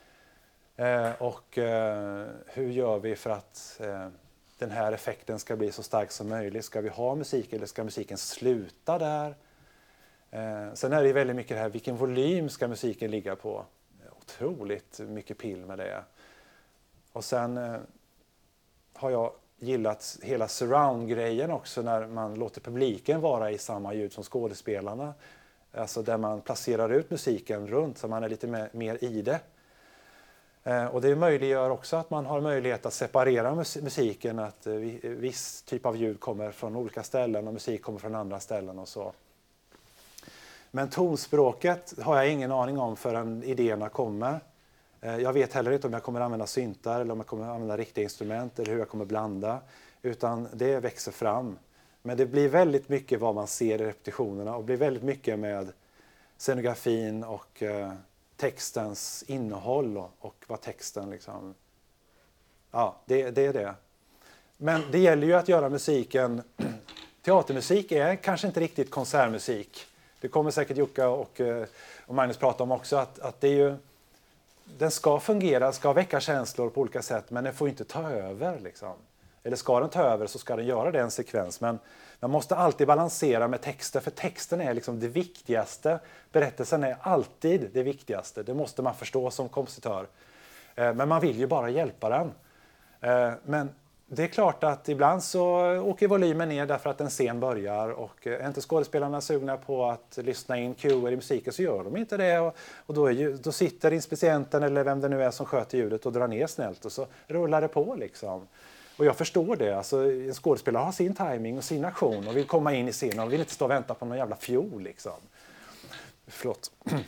Hur gör vi för att den här effekten ska bli så stark som möjligt? Ska vi ha musik eller ska musiken sluta där? Sen är det väldigt mycket det här, vilken volym ska musiken ligga på? Otroligt mycket pill med det. Och sen har jag gillat hela surround-grejen också när man låter publiken vara i samma ljud som skådespelarna. Alltså där man placerar ut musiken runt så man är lite mer i det. Och det möjliggör också att man har möjlighet att separera musiken. Att viss typ av ljud kommer från olika ställen och musik kommer från andra ställen och så. Men tonspråket har jag ingen aning om förrän idéerna kommer. Jag vet heller inte om jag kommer använda syntar eller om jag kommer använda riktiga instrument eller hur jag kommer blanda. Utan det växer fram. Men det blir väldigt mycket vad man ser i repetitionerna och blir väldigt mycket med scenografin och textens innehåll och vad texten liksom... Ja, det är det. Men det gäller ju att göra musiken... Teatermusik är kanske inte riktigt konsertmusik. Det kommer säkert Jukka och Magnus prata om också. Att det är ju... Den ska fungera, ska väcka känslor på olika sätt, men den får inte ta över. Liksom. Eller ska den ta över så ska den göra det en sekvens. Men man måste alltid balansera med texten, för texten är liksom det viktigaste. Berättelsen är alltid det viktigaste. Det måste man förstå som kompositör. Men man vill ju bara hjälpa den. Men det är klart att ibland så åker volymen ner därför att en scen börjar och är inte skådespelarna sugna på att lyssna in cuer i musiken så gör de inte det. Och då sitter inspicienten eller vem det nu är som sköter ljudet och drar ner snällt och så rullar det på liksom. Och jag förstår det. Alltså, en skådespelare har sin timing och sin aktion och vill komma in i scenen och vill inte stå och vänta på någon jävla fiol liksom. Förlåt.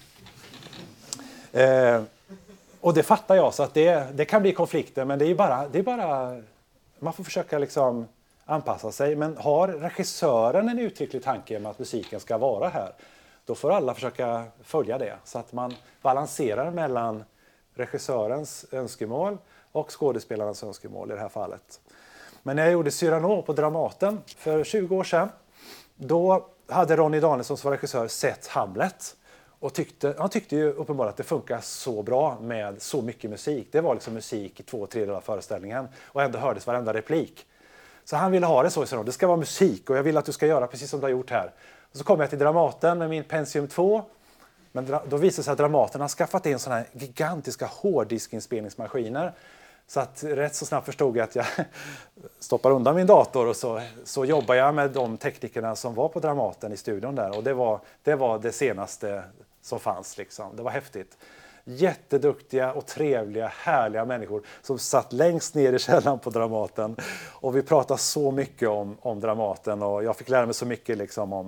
Och det fattar jag så att det kan bli konflikter men det är bara man får försöka liksom anpassa sig. Men har regissören en uttrycklig tanke med att musiken ska vara här, då får alla försöka följa det. Så att man balanserar mellan regissörens önskemål och skådespelarens önskemål i det här fallet. Men när jag gjorde Cyrano på Dramaten för 20 år sedan, då hade Ronny Danielsson som var regissör sett Hamlet. Och han tyckte ju uppenbarligen att det funkar så bra med så mycket musik. Det var liksom musik i 2/3 av föreställningen. Och ändå hördes varenda replik. Så han ville ha det så. Det ska vara musik och jag vill att du ska göra precis som du har gjort här. Och så kom jag till Dramaten med min Pentium 2. Men då visade det sig att Dramaten har skaffat in sådana här gigantiska hårddiskinspelningsmaskiner. Så att rätt så snabbt förstod jag att jag stoppar undan min dator och så jobbar jag med de teknikerna som var på Dramaten i studion där. Och det var det senaste som fanns liksom. Det var häftigt. Jätteduktiga och trevliga, härliga människor som satt längst ner i källaren på Dramaten. Och vi pratade så mycket om Dramaten och jag fick lära mig så mycket liksom om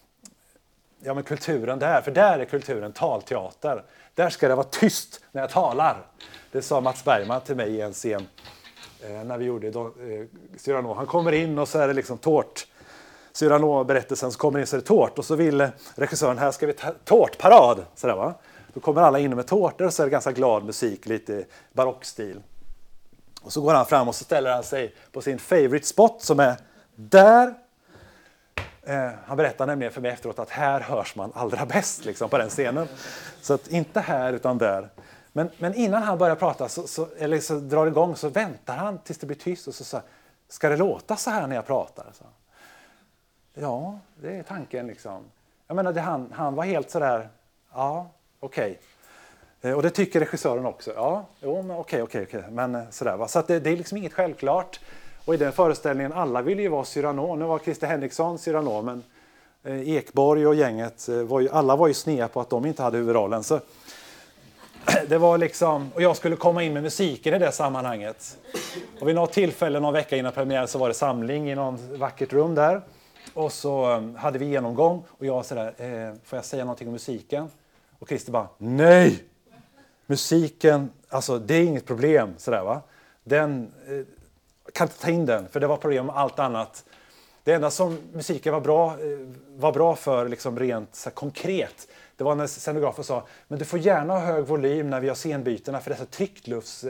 men kulturen där. För där är kulturen talteater. Där ska det vara tyst när jag talar. Det sa Mats Bergman till mig i en scen när vi gjorde Cyrano. Han kommer in och så är det liksom tårt. Cyrano-berättelsen så kommer in så är det tårt. Och så vill regissören, här ska vi ta tårtparad. Sådär, va? Då kommer alla in med tårtor och så är det ganska glad musik, lite barockstil. Och så går han fram och så ställer han sig på sin favorite spot som är där. Han berättar nämligen för mig efteråt att här hörs man allra bäst liksom, på den scenen. Så att inte här utan där. Men innan han börjar prata eller så drar igång så väntar han tills det blir tyst och så säger ska det låta så här när jag pratar? Så. Ja, det är tanken liksom. Jag menar, han var helt sådär, ja, okej. Och det tycker regissören också. Ja, jo, men okej. Men sådär, va? Så att det är liksom inget självklart. Och i den föreställningen, alla ville ju vara Cyrano. Nu var Christer Henriksson Cyrano, men Ekborg och gänget, alla var ju snea på att de inte hade huvudrollen. Så det var liksom, och jag skulle komma in med musiken i det sammanhanget. Och vid något tillfälle, någon vecka innan premiär, så var det samling i någon vackert rum där. Och så hade vi genomgång och jag sådär, får jag säga någonting om musiken? Och Christer bara, nej! Musiken, alltså det är inget problem, sådär va. Den, kan inte ta in den, för det var problem med allt annat. Det enda som musiken var bra för liksom rent så här, konkret, det var när scenografen sa, men du får gärna ha hög volym när vi har scenbytena för dessa trycklufts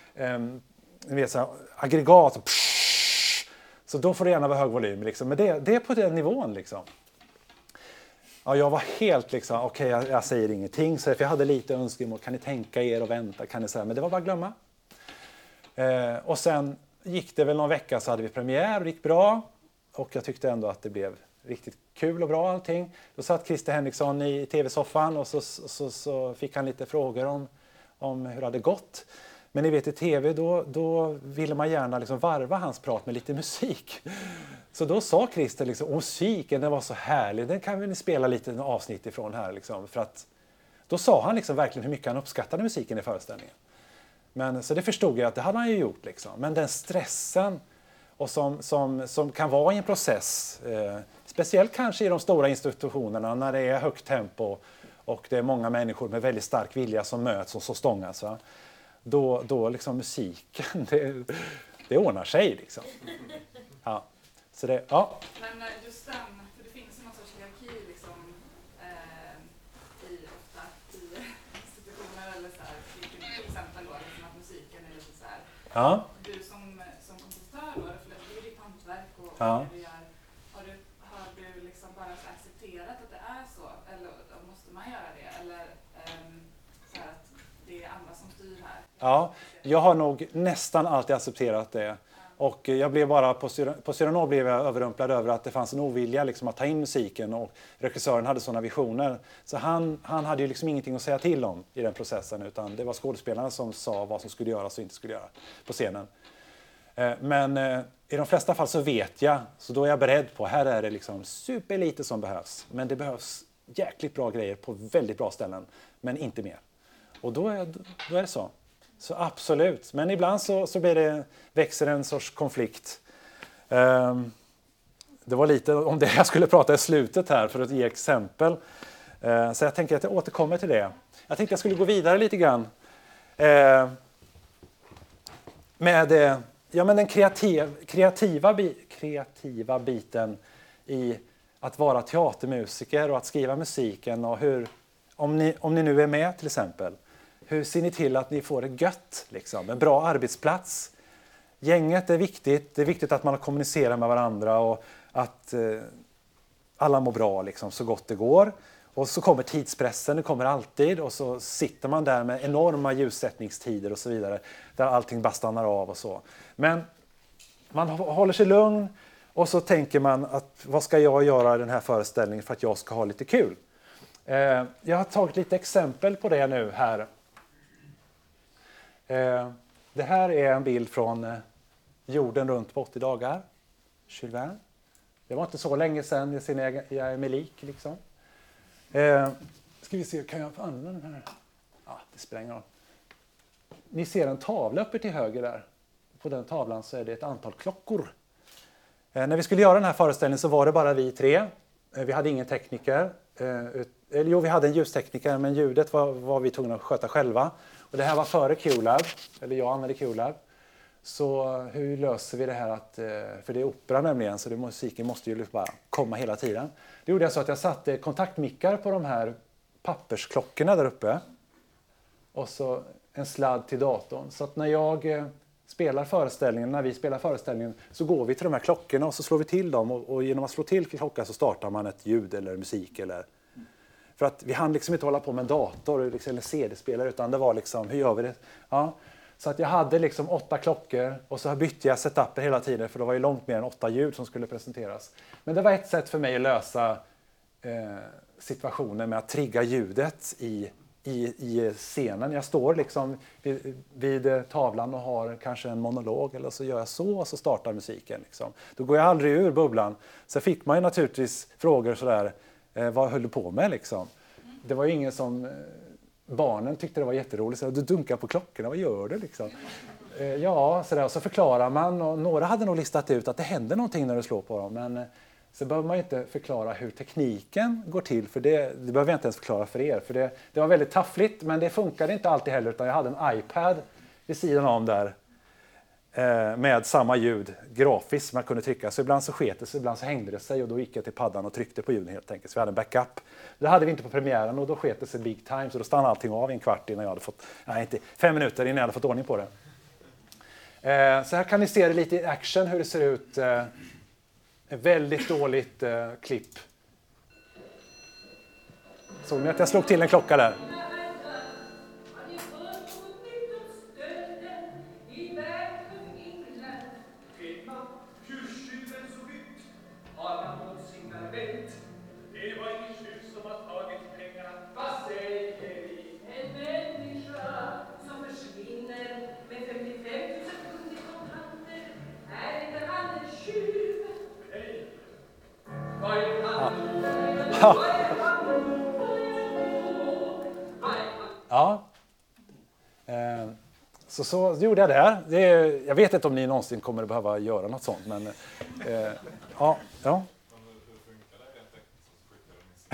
aggregat. Så då får det gärna vara hög volym. Liksom. Men det är på den nivån. Liksom. Ja, jag var helt liksom, okej, jag säger ingenting. Så för jag hade lite önskemål. Kan ni tänka er och vänta? Kan ni säga? Men det var bara att glömma. Och sen gick det väl någon vecka så hade vi premiär och det gick bra. Och jag tyckte ändå att det blev riktigt kul och bra allting. Då satt Christer Henriksson i tv-soffan och så fick han lite frågor om hur det hade gått. Men ni vet i tv då ville man gärna liksom varva hans prat med lite musik. Så då sa Christer liksom, musiken den var så härlig, den kan vi spela lite avsnitt ifrån här. Liksom, för att, då sa han liksom verkligen hur mycket han uppskattade musiken i föreställningen. Men, så det förstod jag att det hade han ju gjort. Liksom. Men den stressen och som kan vara i en process, Speciellt kanske i de stora institutionerna när det är högt tempo och det är många människor med väldigt stark vilja som möts och så stångas. Va? Då liksom musiken, det ordnar sig liksom. Ja. Så det, ja.
Men just den, för det finns en någon sorts hierarki liksom, ofta i institutioner eller så här, till exempel då, liksom att musiken är lite så här.
Ja.
Du som kompositör då, för det är ditt hantverk och
Ja.
det du gör, har du liksom bara så accepterat att det är så, eller måste man göra det, eller så här att det är andra som styr här?
Ja, jag har nog nästan alltid accepterat det. Och jag blev bara på Cyrano blev jag överrumplad över att det fanns en ovilja liksom, att ta in musiken och regissören hade sådana visioner. Så han hade ju liksom ingenting att säga till om i den processen utan det var skådespelarna som sa vad som skulle göras och inte skulle göras på scenen. Men i de flesta fall så vet jag, så då är jag beredd på här är det liksom superlite som behövs. Men det behövs jäkligt bra grejer på väldigt bra ställen, men inte mer. Och då är det så. Så absolut, men ibland så växer en sorts konflikt. Det var lite om det jag skulle prata i slutet här för att ge exempel. Så jag tänker att jag återkommer till det. Jag tänkte jag skulle gå vidare lite grann. Med den kreativa biten i att vara teatermusiker och att skriva musiken. Och om ni nu är med till exempel. Hur ser ni till att ni får det gött? Liksom? En bra arbetsplats. Gänget är viktigt. Det är viktigt att man kommunicerar med varandra och att alla mår bra liksom, så gott det går. Och så kommer tidspressen, det kommer alltid. Och så sitter man där med enorma ljussättningstider och så vidare. Där allting bara stannar av och så. Men man håller sig lugn och så tänker man att vad ska jag göra i den här föreställningen för att jag ska ha lite kul? Jag har tagit lite exempel på det nu här. Det här är en bild från Jorden runt på 80 dagar. Jules Verne. Det var inte så länge sedan jag ser jag är med lik liksom. Ska vi se, kan jag använda den här? Ja, det spelar ingen roll. Ni ser en tavla uppe till höger där. På den tavlan så är det ett antal klockor. När vi skulle göra den här föreställningen så var det bara vi tre. Vi hade ingen tekniker. Vi hade en ljustekniker men ljudet var vi tvungna att sköta själva. Och det här var före QLab, eller jag använde QLab. Så hur löser vi det här för det är opera nämligen så musiken måste ju bara komma hela tiden. Det gjorde jag så att jag satte kontaktmickar på de här pappersklockorna där uppe. Och så en sladd till datorn. Så att när vi spelar föreställningen så går vi till de här klockorna och så slår vi till dem. Och genom att slå till klockan så startar man ett ljud eller musik eller... För att vi hann liksom inte hålla på med en dator eller CD-spelare utan det var liksom, hur gör vi det? Ja. Så att jag hade liksom 8 klockor och så bytte jag setuper hela tiden för det var ju långt mer än 8 ljud som skulle presenteras. Men det var ett sätt för mig att lösa situationen med att trigga ljudet i scenen. Jag står liksom vid tavlan och har kanske en monolog eller så gör jag så och så startar musiken. Liksom. Då går jag aldrig ur bubblan. Så fick man ju naturligtvis frågor sådär, vad höll du på med liksom? Det var ju ingen som... Barnen tyckte det var jätteroligt. Så du dunkar på klockorna, vad gör du liksom? Ja, så där. Och så förklarar man. Och några hade nog listat ut att det händer någonting när du slår på dem. Men så behöver man ju inte förklara hur tekniken går till. För det behöver jag inte ens förklara för er. För det var väldigt taffligt, men det funkade inte alltid heller. Utan jag hade en iPad vid sidan om där. Med samma ljud grafiskt som man kunde trycka. Så ibland så sket det sig, ibland så hängde det sig. Och då gick jag till paddan och tryckte på ljuden helt enkelt. Så vi hade en backup. Det hade vi inte på premiären och då sket det sig big time. Så då stannade allting av i en kvart innan jag hade fått... Nej, inte 5 minuter innan jag hade fått ordning på det. Så här kan ni se det lite i action hur det ser ut. Ett väldigt dåligt klipp. Såg ni att jag slog till en klocka där? Ja. Så gjorde jag det. Jag vet inte om ni någonsin kommer att behöva göra något sånt. Men, ja.
Hur funkar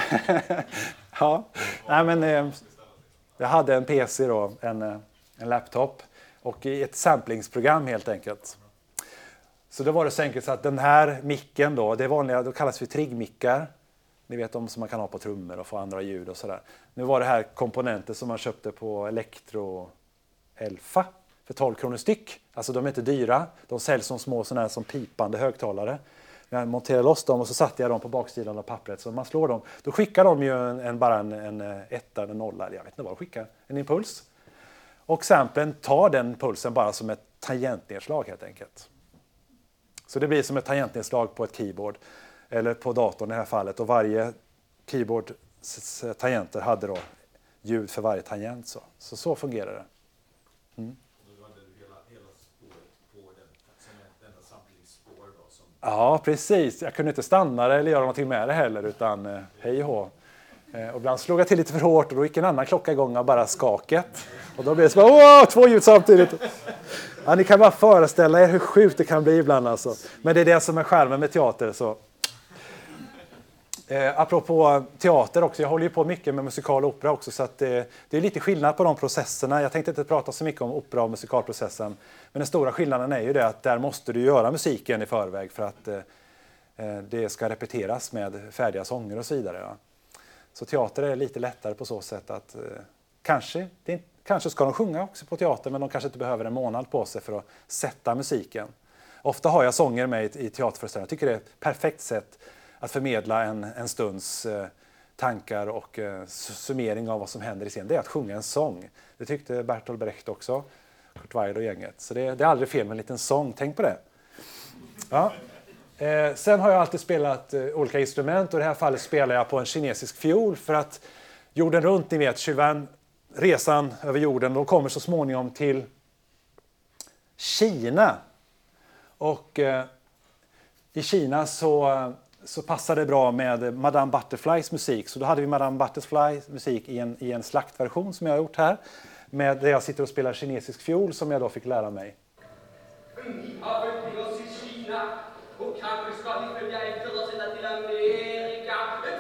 Ja, nej men jag hade en PC då, en laptop och i ett samplingsprogram helt enkelt. Så då var det så enkelt så att den här micken då, det är vanliga, då kallas för triggmickar. Ni vet de som man kan ha på trummor och få andra ljud och sådär. Nu var det här komponenter som man köpte på Elektro Elfa för 12 kronor styck. Alltså de är inte dyra, de säljs som små sådana här som pipande högtalare. Jag monterade loss dem och så satte jag dem på baksidan av pappret. Så man slår dem, då skickar de ju bara en etta eller nolla, jag vet inte vad de skickar, en impuls. Och samplen tar den pulsen bara som ett tangentnedslag helt enkelt. Så det blir som ett tangentnedslag på ett keyboard, eller på datorn i det här fallet. Och varje keyboard tangenter hade då ljud för varje tangent. Så fungerar det. Mm.
Då hade du hela spåret på den samplingsspår då? Som...
Ja, precis. Jag kunde inte stanna det eller göra någonting med det heller, utan hej och hå. Och ibland slog jag till lite för hårt och då gick en annan klocka igång av bara skaket. Och då blev det så bara, 2 ljud samtidigt. Ja, ni kan bara föreställa er hur sjukt det kan bli ibland alltså. Men det är det som är skärmen med teater. Så. Apropå teater också, jag håller ju på mycket med musikal och opera också, så att det är lite skillnad på de processerna. Jag tänkte inte prata så mycket om opera och musikalprocessen, men den stora skillnaden är ju det att där måste du göra musiken i förväg för att det ska repeteras med färdiga sånger och så vidare. Ja. Så teater är lite lättare på så sätt att kanske ska de sjunga också på teater, men de kanske inte behöver en månad på sig för att sätta musiken. Ofta har jag sånger med i teaterföreställningar. Jag tycker det är ett perfekt sätt att förmedla en stunds tankar och summering av vad som händer i scenen. Det är att sjunga en sång. Det tyckte Bertolt Brecht också, Kurt Weill och gänget. Så det är aldrig fel med en liten sång, tänk på det. Ja. Sen har jag alltid spelat olika instrument och i det här fallet spelar jag på en kinesisk fiol för att jorden runt, ni vet, resan över jorden, de kommer så småningom till Kina. Och i Kina så passade det bra med Madame Butterflys musik. Så då hade vi Madame Butterflys musik i en slaktversion som jag har gjort här. Där jag sitter och spelar kinesisk fiol som jag då fick lära mig.
Vi har följt oss i Kina och kanske ska vi följa efter oss ända till Amerika.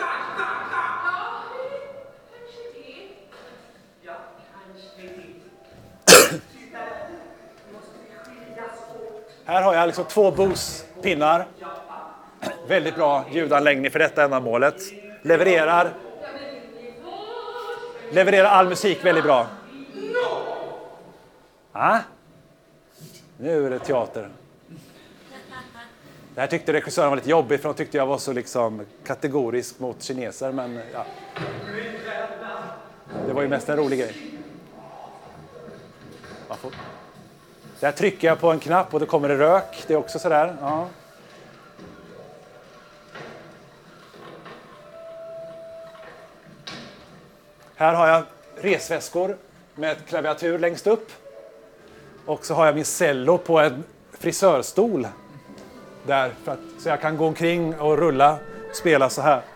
Ja, kanske det. Tyvärr måste vi skiljas åt. Här
har jag liksom 2 bospinnar. Väldigt bra ljudanläggning för detta ändamålet. Levererar all musik väldigt bra. Nu är det teater. Det här tyckte regissören var lite jobbigt för de tyckte jag var så liksom kategorisk mot kineser, men ja. Det var ju mest en rolig grej. Där trycker jag på en knapp och då kommer det rök. Det är också sådär. Ja. Här har jag resväskor med ett klaviatur längst upp. Och så har jag min cello på en frisörstol. Där, så jag kan gå omkring och rulla och spela så här.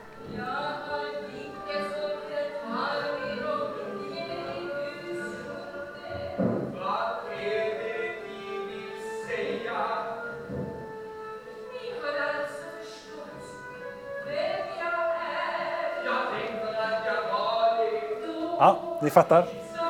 Ja, ni fattar.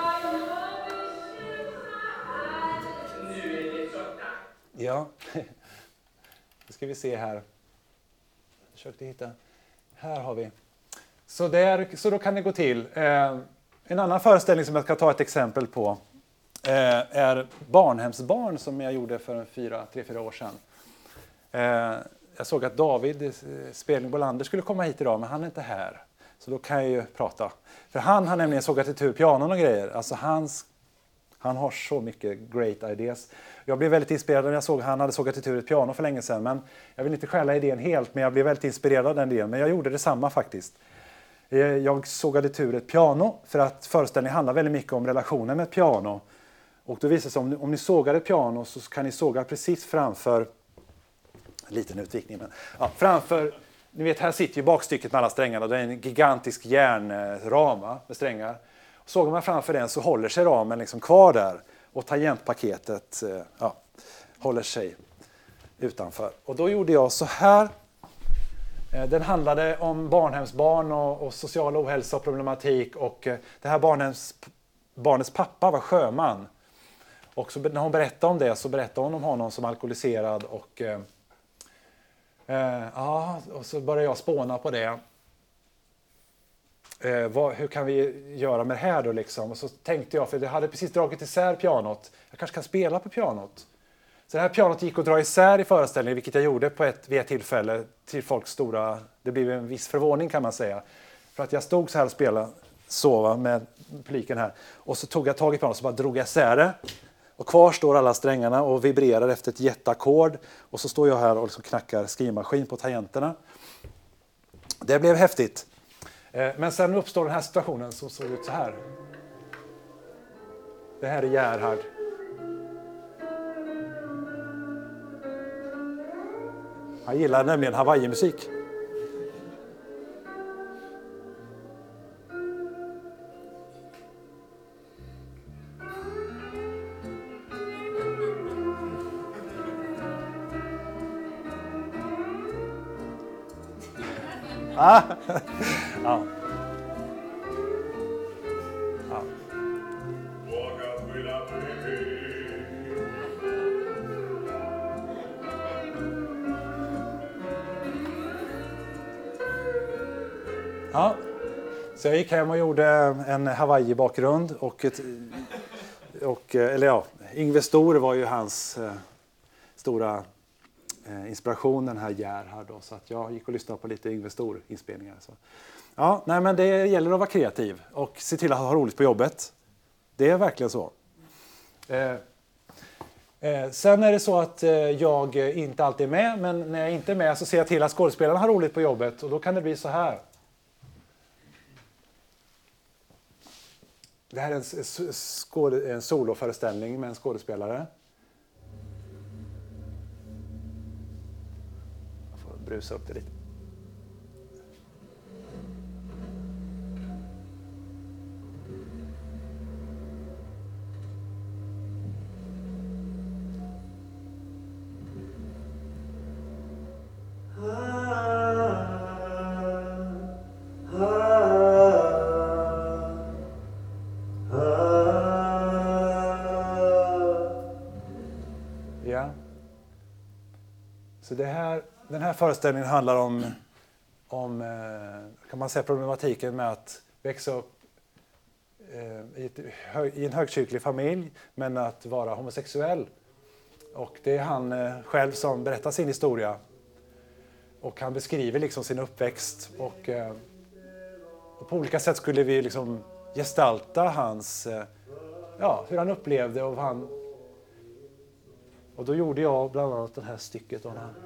Ja, nu ska vi se här. Jag försökte hitta. Här har vi. Så då kan det gå till. En annan föreställning som jag ska ta ett exempel på är Barnhemsbarn som jag gjorde för 3-4 år sedan. Jag såg att David Spelning Bolander skulle komma hit idag, men han är inte här. Så då kan jag ju prata. För han har nämligen sågat itu pianon och grejer. Alltså han har så mycket great ideas. Jag blev väldigt inspirerad när jag såg att han hade sågat itu ett piano för länge sedan. Men jag vill inte stjäla idén helt, men jag blev väldigt inspirerad av den idén. Men jag gjorde detsamma faktiskt. Jag sågade itu ett piano för att föreställningen handlar väldigt mycket om relationen med ett piano. Och då visar det sig om ni sågar ett piano så kan ni såga precis framför, en liten utvikning, men framför, ni vet här sitter ju bakstycket med alla strängarna. Det är en gigantisk järnram med strängar. Sågar man framför den så håller sig ramen liksom kvar där. Och tangentpaketet håller sig utanför. Och då gjorde jag så här. Den handlade om barnhemsbarn och social ohälsa och problematik. Och det här barnets pappa var sjöman. Och så, när hon berättade om det så berättade hon om honom som alkoholiserad. Och, och så började jag spåna på det. Hur kan vi göra med det här då liksom? Och så tänkte jag, för jag hade precis dragit isär pianot. Jag kanske kan spela på pianot. Så det här pianot gick att dra isär i föreställningen, vilket jag gjorde vid ett tillfälle till folks stora... Det blev en viss förvåning kan man säga. För att jag stod så här och spelade, sova med publiken här. Och så tog jag tag i pianot och så bara drog jag isär det. Och kvar står alla strängarna och vibrerar efter ett jätteackord. Och så står jag här och liksom knackar skrivmaskin på tangenterna. Det blev häftigt. Men sen uppstår den här situationen som såg ut så här. Det här är Gerhard. Han gillar nämligen Hawaii-musik. Ja. Ja. Ja, så jag gick hem och gjorde en Hawaii-bakgrund Yngve Stor var ju hans stora inspiration, den här Gerhard då, så att jag gick och lyssnade på lite Yngve Stor-inspelningar. Så. Ja, nej men det gäller att vara kreativ och se till att ha roligt på jobbet. Det är verkligen så. Sen är det så att jag inte alltid är med, men när jag inte är med så ser jag till att skådespelarna har roligt på jobbet och då kan det bli så här. Det här är en soloföreställning med en skådespelare. Jag får brusa upp det lite. Så den här föreställningen handlar om kan man säga, problematiken med att växa upp i en högkyrklig familj men att vara homosexuell. Och det är han själv som berättar sin historia. Och han beskriver liksom sin uppväxt och på olika sätt skulle vi liksom gestalta hans, hur han upplevde och och då gjorde jag bland annat det här stycket om han.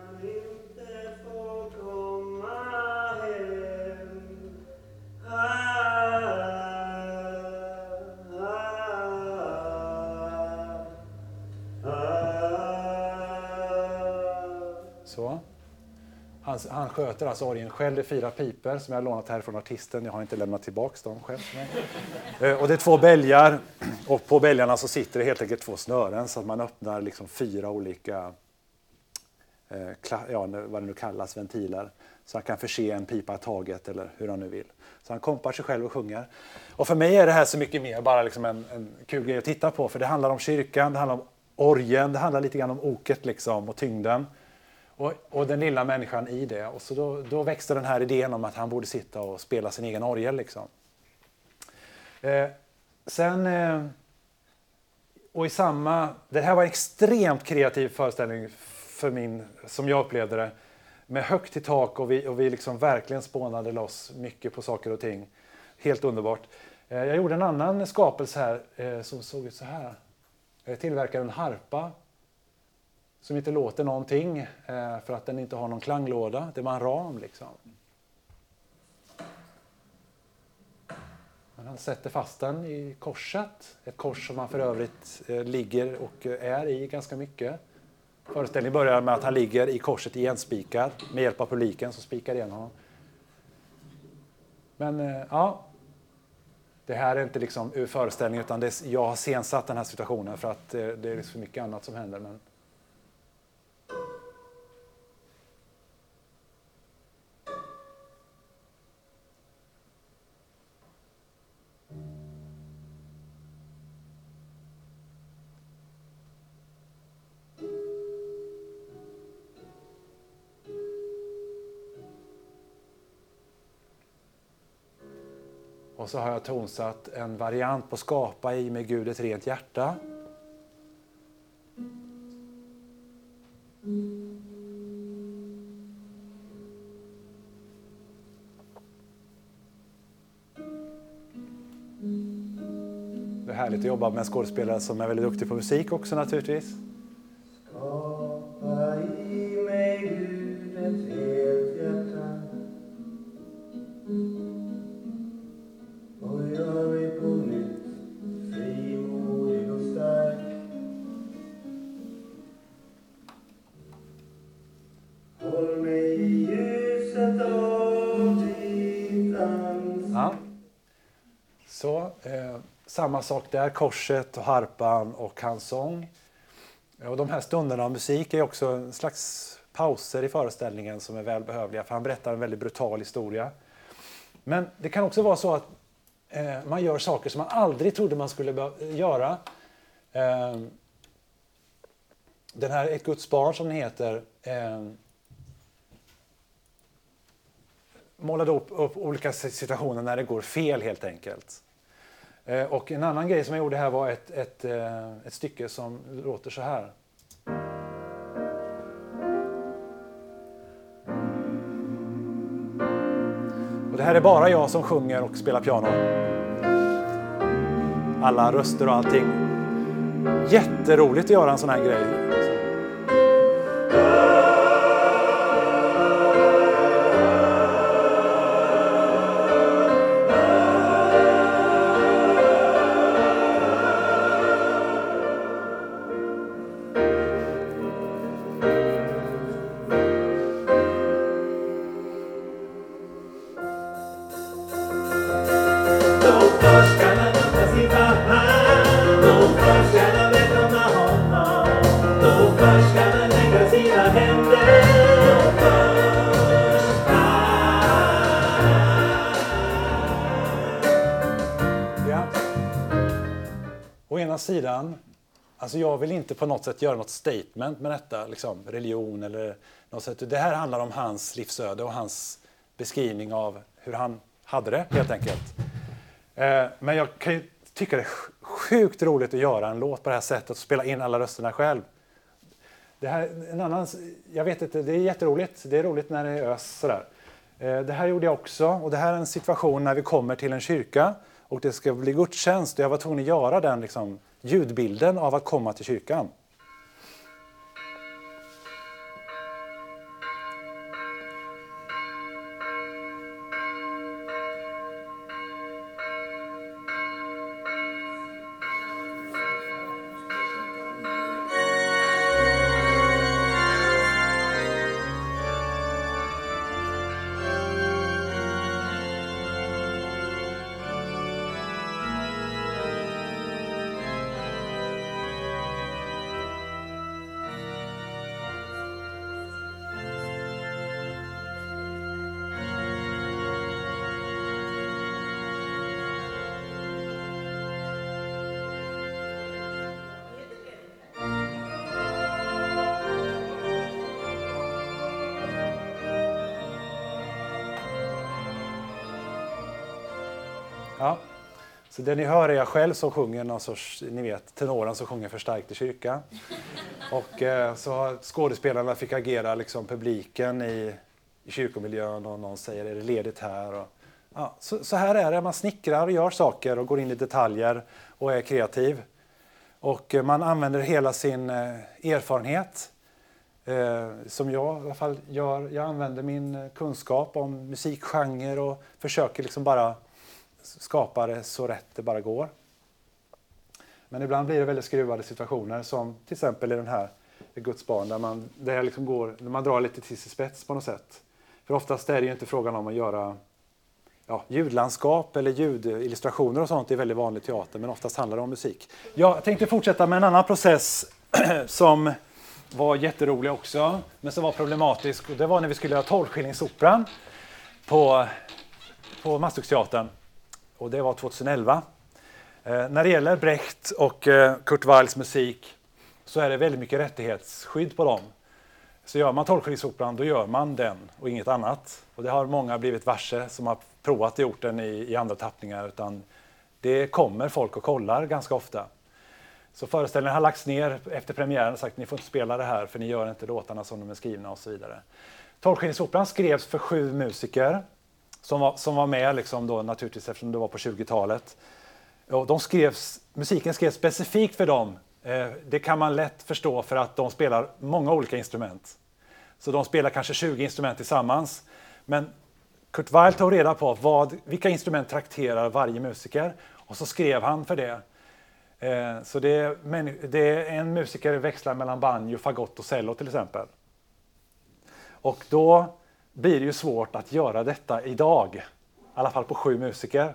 Så. Han sköter alltså orgeln själv, det är 4 piper som jag har lånat här från artisten. Jag har inte lämnat tillbaka dem själv. Och det är 2 bälgar och på bälgarna så sitter det helt enkelt 2 snören så att man öppnar liksom 4 olika, vad det nu kallas, ventiler. Så han kan förse en pipa taget eller hur han nu vill. Så han kompar sig själv och sjunger. Och för mig är det här så mycket mer bara liksom en kul grej att titta på. För det handlar om kyrkan, det handlar om orgeln, det handlar lite grann om oket liksom och tyngden. Och den lilla människan i det. Och så då växte den här idén om att han borde sitta och spela sin egen orgel. Liksom. Det här var en extremt kreativ föreställning som jag upplevde det. Med högt i tak och vi liksom verkligen spånade loss mycket på saker och ting. Helt underbart. Jag gjorde en annan skapelse här som såg ut så här. Jag tillverkade en harpa. Som inte låter någonting för att den inte har någon klanglåda. Det var en ram liksom. Men han sätter fast den i korset. Ett kors som han för övrigt ligger och är i ganska mycket. Föreställningen börjar med att han ligger i korset igenspikad. Med hjälp av publiken som spikar igen honom. Men det här är inte liksom ur föreställningen utan jag har sensatt den här situationen för att det är så mycket annat som händer. Men Och så har jag tonsatt en variant på Skapa i med Gud ett rent hjärta. Det är härligt att jobba med en skådespelare som är väldigt duktig på musik också naturligtvis.
Skapa i mig Gud ett helt hjärta och gör mig på nytt frimodig och stark. Håll mig i ljuset av ditt ansikte.
Ja. Så, samma sak där, korset och harpan och hans sång. Och de här stunderna av musik är också en slags pauser i föreställningen som är välbehövliga, för han berättar en väldigt brutal historia. Men det kan också vara så att man gör saker som man aldrig trodde man skulle göra. Den här Ett Guds barn som den heter målade upp olika situationer när det går fel helt enkelt. Och en annan grej som jag gjorde här var ett stycke som låter så här. Och det här är bara jag som sjunger och spelar piano. Alla röster och allting. Jätteroligt att göra en sån här grej. Å ena sidan, alltså jag vill inte på något sätt göra något statement med detta, liksom religion eller något sätt. Det här handlar om hans livsöde och hans beskrivning av hur han hade det helt enkelt. Men jag kan ju tycka det är sjukt roligt att göra en låt på det här sättet och spela in alla rösterna själv. Det här, en annan, jag vet inte, det är jätteroligt. Det är roligt när det är ös sådär. Det här gjorde jag också, och det här är en situation när vi kommer till en kyrka och det ska bli gudstjänst. Jag var tvungen att göra den liksom, ljudbilden av att komma till kyrkan. Ja, så det ni hör är jag själv som sjunger någon sorts, ni vet, tenoren som sjunger förstärkt i kyrka. Och så skådespelarna fick agera liksom publiken i kyrkomiljön och någon säger är det ledigt här. Och, ja, så här är det, man snickrar och gör saker och går in i detaljer och är kreativ. Och man använder hela sin erfarenhet som jag i alla fall gör. Jag använder min kunskap om musikgenre och försöker liksom bara skapa det så rätt det bara går. Men ibland blir det väldigt skruvade situationer som till exempel i den här Guds barn där liksom där man drar lite till sig spets på något sätt. För oftast är det ju inte frågan om att göra ljudlandskap eller ljudillustrationer och sånt. Det är väldigt vanlig teater, men oftast handlar det om musik. Jag tänkte fortsätta med en annan process som var jätterolig också, men som var problematisk. Och det var när vi skulle göra 12-skillingsoperan på Masthuggsteatern. Och det var 2011. När det gäller Brecht och Kurt Weihls musik så är det väldigt mycket rättighetsskydd på dem. Så gör man Tolvskillingsoperan, då gör man den och inget annat. Och det har många blivit varse som har provat och gjort den i andra tappningar. Utan det kommer folk och kollar ganska ofta. Så föreställningen har lagts ner efter premiären och sagt att ni får inte spela det här för ni gör inte låtarna som de är skrivna och så vidare. Tolvskillingsoperan skrevs för 7 musiker som var med liksom då, naturligtvis eftersom det var på 20-talet. Och musiken skrevs specifikt för dem. Det kan man lätt förstå för att de spelar många olika instrument. Så de spelar kanske 20 instrument tillsammans. Men Kurt Weill tog reda på vilka instrument trakterar varje musiker. Och så skrev han för det. Så det är en musiker växlar mellan banjo, fagott och cello till exempel. Och då blir det ju svårt att göra detta idag. I alla fall på 7 musiker.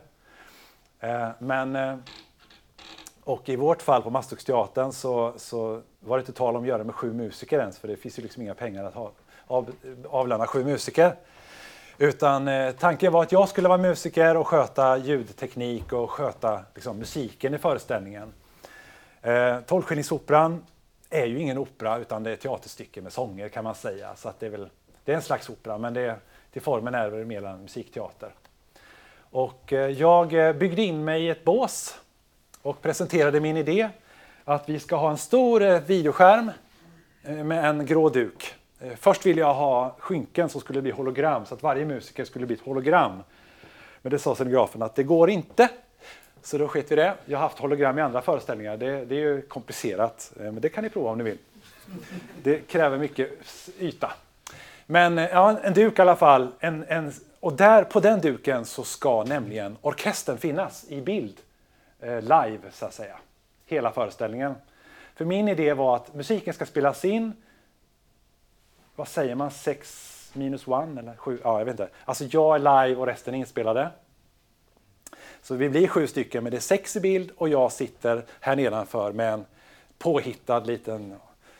Och i vårt fall på Masthuggsteatern så var det inte tal om att göra det med 7 musiker ens. För det finns ju liksom inga pengar att avlöna 7 musiker. Utan tanken var att jag skulle vara musiker och sköta ljudteknik och sköta liksom, musiken i föreställningen. Tolvskillingsoperan är ju ingen opera utan det är ett teaterstycke med sånger kan man säga. Så att det är en slags opera men till formen är det mer en musikteater. Och jag byggde in mig i ett bås och presenterade min idé att vi ska ha en stor videoskärm med en grå duk. Först ville jag ha skynken som skulle bli hologram så att varje musiker skulle bli ett hologram. Men det sa scenografen att det går inte. Så då sket vi det. Jag har haft hologram i andra föreställningar. Det är ju komplicerat. Men det kan ni prova om ni vill. Det kräver mycket yta. Men ja, en duk i alla fall. Och där på den duken så ska nämligen orkestern finnas i bild. Live så att säga. Hela föreställningen. För min idé var att musiken ska spelas in. Vad säger man? 6 minus 1 eller 7? Ja, jag vet inte. Alltså jag är live och resten är inspelade. Så vi blir 7 stycken men det är 6 i bild och jag sitter här nedanför med en påhittad liten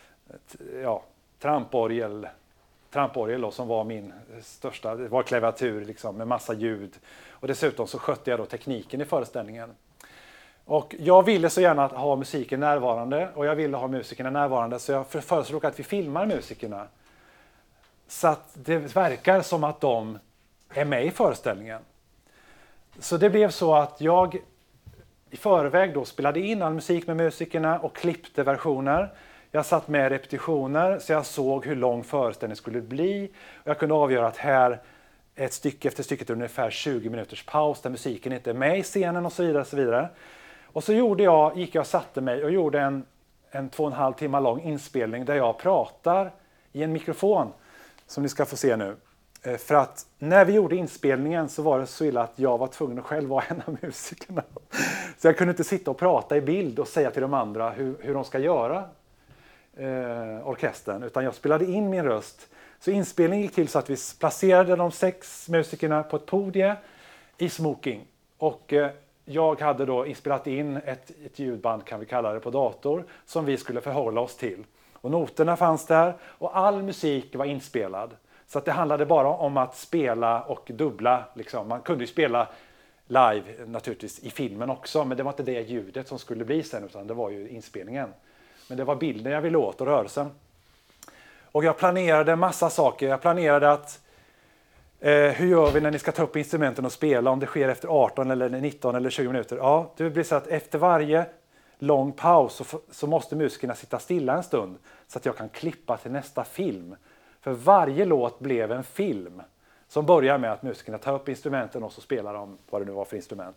tramporgel då, som var min största, det var klaviatur liksom, med massa ljud. Och dessutom så skötte jag då tekniken i föreställningen. Och jag ville så gärna ha musiken närvarande och jag ville ha musikerna närvarande så jag föreslog att vi filmar musikerna. Så att det verkar som att de är med i föreställningen. Så det blev så att jag i förväg då spelade in all musik med musikerna och klippte versioner. Jag satt med repetitioner så jag såg hur lång föreställningen skulle bli. Och jag kunde avgöra att här ett stycke efter stycket ungefär 20 minuters paus där musiken inte är med i scenen och så vidare. Och så vidare. Och så gick jag och satte mig och gjorde en 2,5 timmar lång inspelning där jag pratar i en mikrofon som ni ska få se nu. För att när vi gjorde inspelningen så var det så illa att jag var tvungen att själv vara en av musikerna. Så jag kunde inte sitta och prata i bild och säga till de andra hur de ska göra orkestern. Utan jag spelade in min röst. Så inspelningen gick till så att vi placerade de 6 musikerna på ett podie i smoking. Och jag hade då inspelat in ett ljudband kan vi kalla det på dator som vi skulle förhålla oss till. Och noterna fanns där och all musik var inspelad. Så att det handlade bara om att spela och dubbla. Liksom. Man kunde ju spela live naturligtvis i filmen också. Men det var inte det ljudet som skulle bli sen utan det var ju inspelningen. Men det var bilden jag ville åt och rörelsen. Och jag planerade massa saker. Jag planerade att hur gör vi när ni ska ta upp instrumenten och spela? Om det sker efter 18 eller 19 eller 20 minuter. Ja, det blir så att efter varje lång paus så måste musikerna sitta stilla en stund. Så att jag kan klippa till nästa film. För varje låt blev en film som börjar med att musikerna tar upp instrumenten och så spelar de vad det nu var för instrument.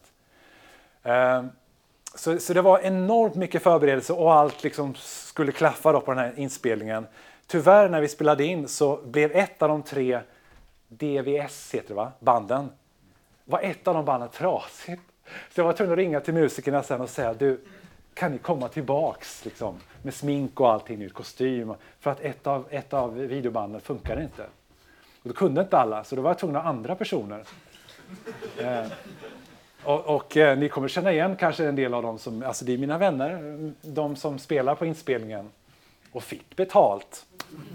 Så det var enormt mycket förberedelse och allt liksom skulle klaffa då på den här inspelningen. Tyvärr när vi spelade in så blev ett av de 3 DVS heter det va? Banden. Var ett av de banden trasigt. Så jag var tvungen att ringa till musikerna sen och säga du, kan ni komma tillbaks liksom, med smink och allting nytt, kostym. För att ett av videobanden funkar inte. Och då kunde inte alla, så då var jag tvungen att ha andra personer. Och ni kommer känna igen kanske en del av dem som, alltså det är mina vänner, de som spelar på inspelningen och fick betalt.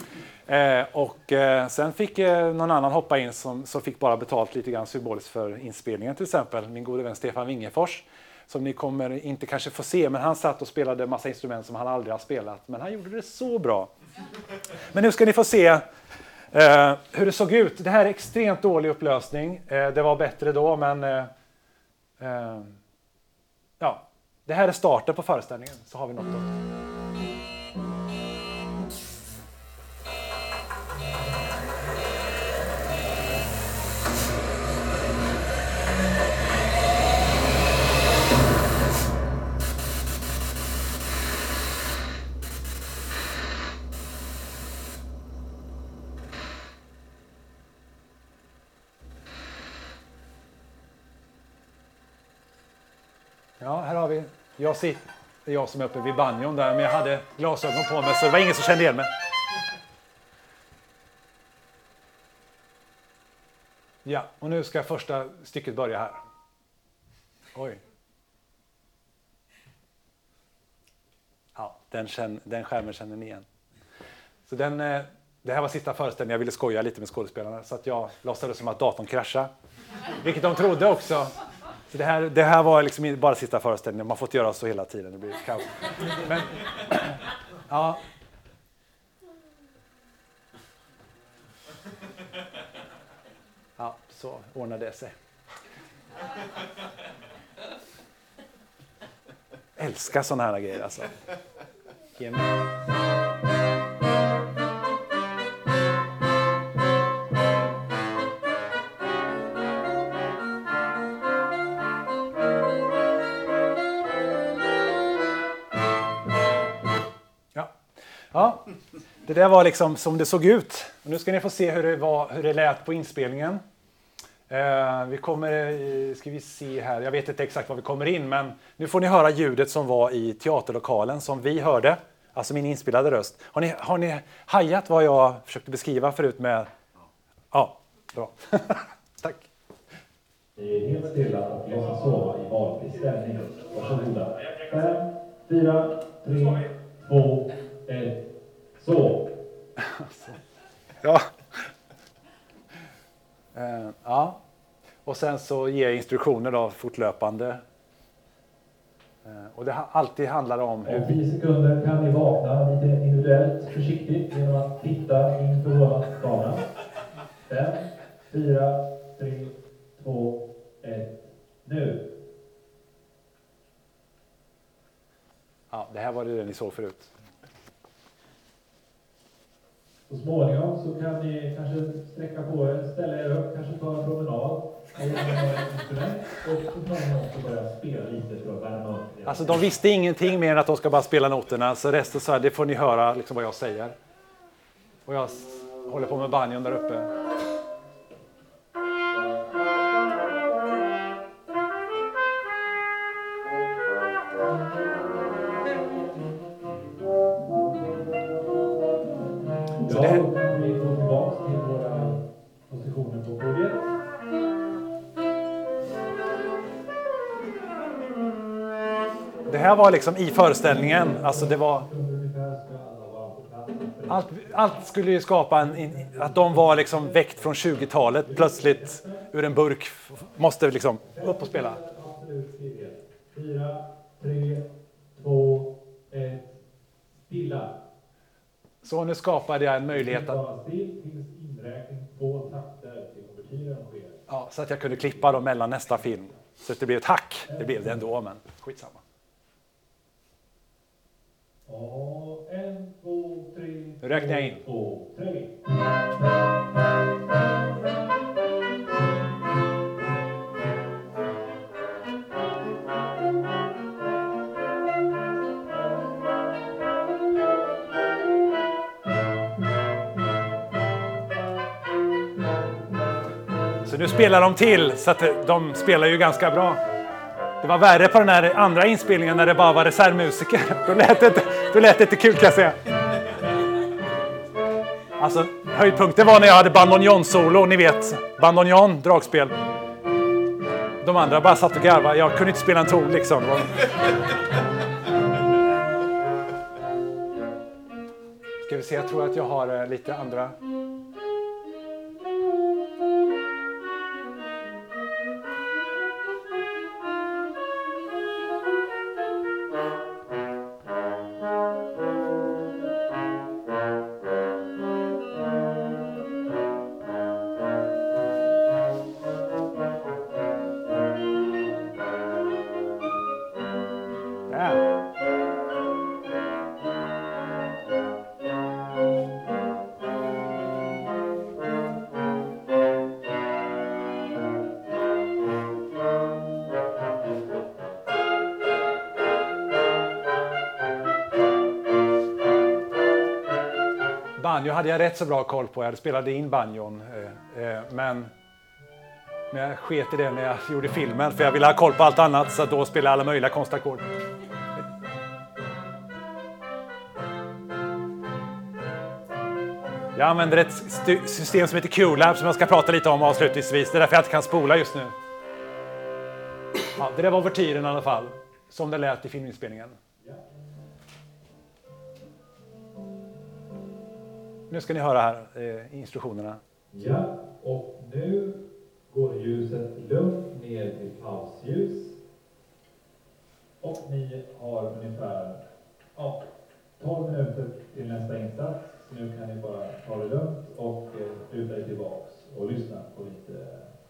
Sen fick någon annan hoppa in som fick bara betalt lite grann symboliskt för inspelningen till exempel. Min gode vän Stefan Wingefors. som ni kommer inte kanske få se. Men han satt och spelade massa instrument som han aldrig har spelat. Men han gjorde det så bra. Men nu ska ni få se hur det såg ut. Det här är extremt dålig upplösning. Det var bättre då, men ja, det här är starten på föreställningen. Så har vi något då. Ja, här har vi. Det är jag som är uppe vid banjon där, men jag hade glasögon på mig så det var ingen som kände igen mig. Ja, och nu ska första stycket börja här. Oj. Ja, den skärmen känner ni igen. Så det här var sista föreställningen. Jag ville skoja lite med skådespelarna så att jag låtsades som att datorn kraschade. Vilket de trodde också. Så det här var liksom bara sista föreställningen. Man har fått göra så hela tiden. Det blir kaos. Men, ja. Ja, så ordnar det sig. Älskar såna här grejer alltså. Ge mig. Ja, det där var liksom som det såg ut. Och nu ska ni få se hur det lät på inspelningen. Vi kommer, ska vi se här, jag vet inte exakt var vi kommer in, men nu får ni höra ljudet som var i teaterlokalen som vi hörde, alltså min inspelade röst. Har ni hajat vad jag försökte beskriva förut med? Ja, bra. Tack.
Ni är helt stilla och låtsas sova i valfri ställning. Varsågoda. 5, 4, 3, 2, 1, sov.
Ja. Ja. Och sen så ger jag instruktioner då fortlöpande. Och det alltid handlar om hur...
Om 10 sekunder kan ni vakna lite individuellt försiktigt genom att titta in på våra kamera. 5, 4, 3, 2, 1, nu.
Ja, det här var det ni såg förut.
Så småningom så kan ni kanske sträcka på er, ställa er upp, kanske ta en promenad. Och så småningom också börja spela lite för att värma upp.
Alltså de visste ingenting mer än att de ska bara spela noterna. Så resten så här, det får ni höra liksom vad jag säger. Och jag håller på med banjon där uppe.
Så det här... vi går tillbaka till våra positioner på podiet.
Det här var liksom i föreställningen. Alltså det var... Allt skulle ju skapa att de var liksom väckt från 20-talet. Plötsligt ur en burk måste liksom upp och spela.
4, 3, 2, 1, stilla.
Så nu skapade jag en möjlighet att...
Still tills inräkning 2 takter till ouvertyren sker.
Ja, så att jag kunde klippa dem mellan nästa film. Så att det blev ett hack. Det blev det ändå, men skitsamma.
Och 1, 2, 3.
Nu räknar jag in.
2, 3.
Så nu spelar de till, så att de spelar ju ganska bra. Det var värre på den här andra inspelningen när det bara var reservmusiker. Då lät det inte kul kan jag säga. Alltså höjdpunkten var när jag hade bandoneon-solo, ni vet. Bandoneon, dragspel. De andra bara satt och garvade. Jag kunde inte spela en ton liksom. Ska vi se, jag tror att jag har lite andra... banjo hade jag rätt så bra koll på. Jag spelade in banjon. Men jag sket i det när jag gjorde filmen. För jag ville ha koll på allt annat. Så då spelade jag alla möjliga konstackord. Jag använder ett system som heter QLab som jag ska prata lite om avslutningsvis. Det är därför jag inte kan spola just nu. Ja, det där var overtyren i alla fall. Som det lät i filminspelningen. Nu ska ni höra här instruktionerna.
Ja, och nu går ljuset lugnt ner till pausljus. Och ni har ungefär 12 minuter till nästa insats. Så nu kan ni bara ta det lugnt och luta er tillbaks och lyssna på lite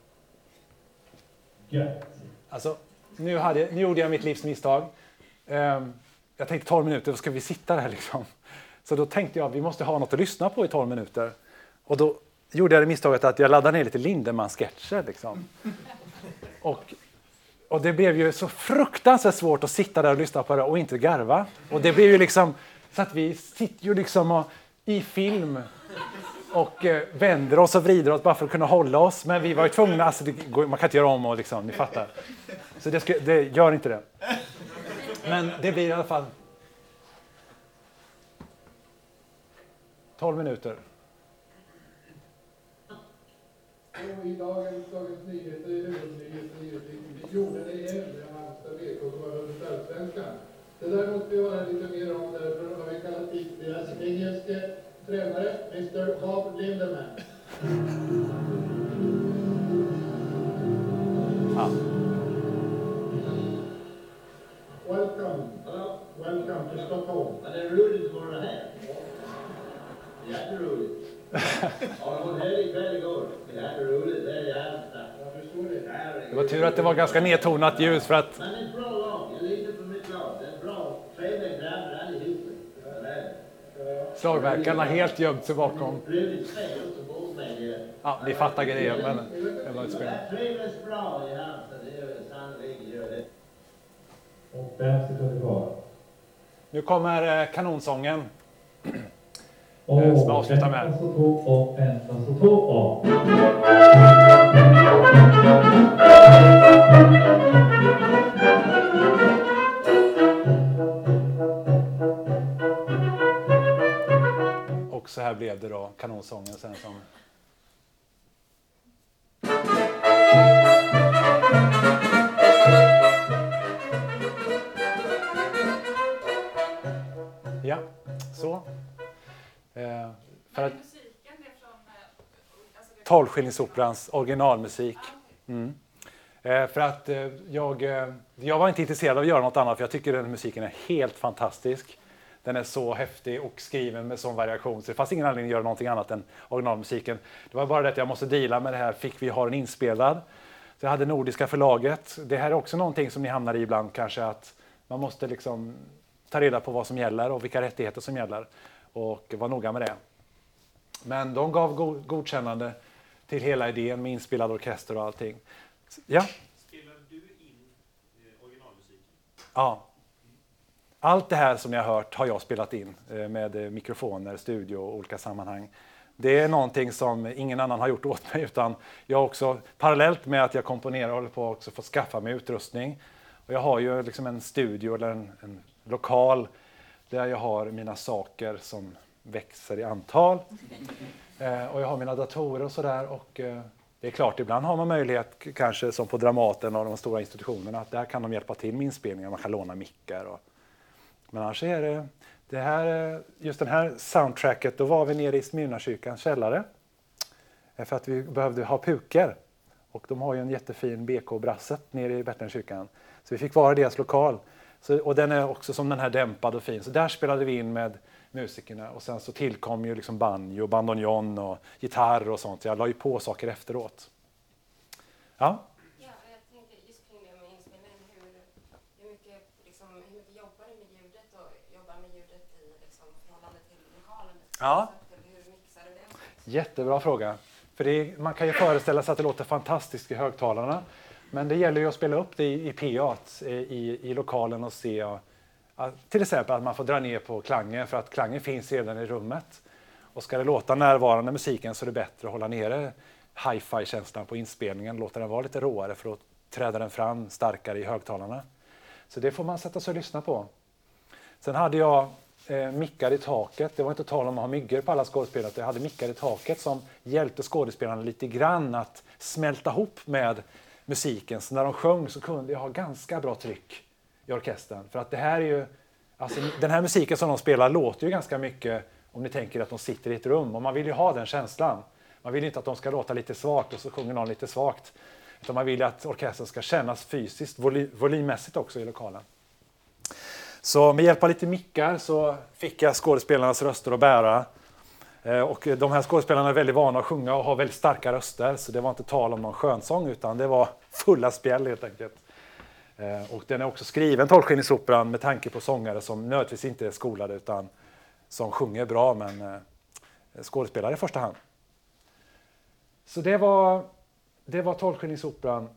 gött.
Alltså, nu gjorde jag mitt livs misstag. Jag tänkte 12 minuter, då ska vi sitta där liksom. Så då tänkte jag, vi måste ha något att lyssna på i 12 minuter. Och då gjorde jag det misstaget att jag laddade ner lite Lindemann-sketcher liksom. Och det blev ju så fruktansvärt svårt att sitta där och lyssna på det och inte garva. Och det blev ju liksom, så att vi sitter ju liksom i film och vänder oss och vrider oss bara för att kunna hålla oss. Men vi var ju tvungna, alltså man kan inte göra om och liksom, ni fattar. Så det gör inte det. Men det blir i alla fall 12 minuter.
Och i dagens Dagens Nyheter i huvudnyheter gjorde det igen med Halmstad BK som var under Allsvenskan. Det där måste vi höra lite mer om, därför har vi kallat hit deras engelske tränare, Mr. Bob Lindemann.
Ja.
Welcome. Hello. Welcome to Stockholm.
Men det är roligt att vara här. Jätteroligt. Ja, det var en härlig kväll igår. Jätteroligt, det är Halmstad.
Jag förstår det.
Det var tur att det var ganska nedtonat ljus för att...
Men det är ett bra lag, jag litar på mitt lag. Det är bra, trevliga grabbar allihopa.
Slagverkarna helt gömt sig bakom. Ja, ni fattar grejen, men det var ett spel.
Det trivs bra i Halmstad, det gör det sannolikt, gör det.
Och 5 sekunder kvar.
Nu kommer kanonsången.
Och
som avslutar med.
Vänta så 2 och vänta så 2 och.
Och så här blev det då, kanonsången sen som... Ja, så. För att... Tolvskillingsoperans originalmusik. För att jag var inte intresserad av att göra något annat, för jag tycker den musiken är helt fantastisk. Den är så häftig och skriven med sån variation, så det fanns ingen anledning att göra någonting annat än originalmusiken. Det var bara det att jag måste deala med det här, fick vi ha den inspelad. Så jag hade Nordiska förlaget. Det här är också någonting som ni hamnar i ibland kanske, att man måste liksom ta reda på vad som gäller och vilka rättigheter som gäller och vara noga med det. Men de gav godkännande till hela idén med inspelad orkester och allting. Ja.
Spelar du in originalmusiken?
Ja. Allt det här som jag har hört har jag spelat in med mikrofoner, studio och olika sammanhang. Det är någonting som ingen annan har gjort åt mig, utan jag har också parallellt med att jag komponerar håller på också få skaffa mig utrustning. Och jag har ju liksom en studio eller en lokal där jag har mina saker som växer i antal. Och jag har mina datorer och sådär. Och det är klart, ibland har man möjlighet, kanske som på Dramaten och de stora institutionerna, att där kan de hjälpa till med inspelningar. Man kan låna mickar. Men annars är det här, just den här soundtracket, då var vi nere i Smyrnakyrkans källare. För att vi behövde ha puker. Och de har ju en jättefin BK-brasset nere i Bertenkyrkan. Så vi fick vara i deras lokal. Och den är också som den här dämpad och fin. Så där spelade vi in med musikerna. Och sen så tillkom ju liksom banjo, bandoneon och gitarr och sånt. Jag la ju på saker efteråt. Ja?
Ja, jag tänkte just kring det med inspelningen. Hur mycket jobbar du med ljudet och jobbar med ljudet i förhållande till lokalen?
Ja.
Hur mixar du det?
Jättebra fråga. För man kan ju föreställa sig att det låter fantastiskt i högtalarna. Men det gäller ju att spela upp det i PA i lokalen och se till exempel att man får dra ner på klangen, för att klangen finns redan i rummet. Och ska det låta närvarande musiken så är det bättre att hålla nere hi-fi-känslan på inspelningen. Låta den vara lite råare för att träda den fram starkare i högtalarna. Så det får man sätta sig och lyssna på. Sen hade jag mickar i taket. Det var inte tal om att ha myggor på alla skådespelare. Jag hade mickar i taket som hjälpte skådespelarna lite grann att smälta ihop med musiken. Så när de sjöng så kunde jag ha ganska bra tryck i orkestern. För att det här är ju, alltså, den här musiken som de spelar låter ju ganska mycket om ni tänker att de sitter i ett rum. Och man vill ju ha den känslan. Man vill inte att de ska låta lite svagt och så sjunger någon lite svagt. Utan man vill att orkestern ska kännas fysiskt, volymmässigt också i lokalen. Så med hjälp av lite mickar så fick jag skådespelarnas röster att bära. Och de här skådespelarna är väldigt vana att sjunga och har väldigt starka röster. Så det var inte tal om någon skönsång utan det var fulla spjäll helt enkelt. Och den är också skriven, Tolvskillingsoperan, med tanke på sångare som nödvändigtvis inte är skolade utan som sjunger bra men skådespelare i första hand. Så det var Tolvskillingsoperan.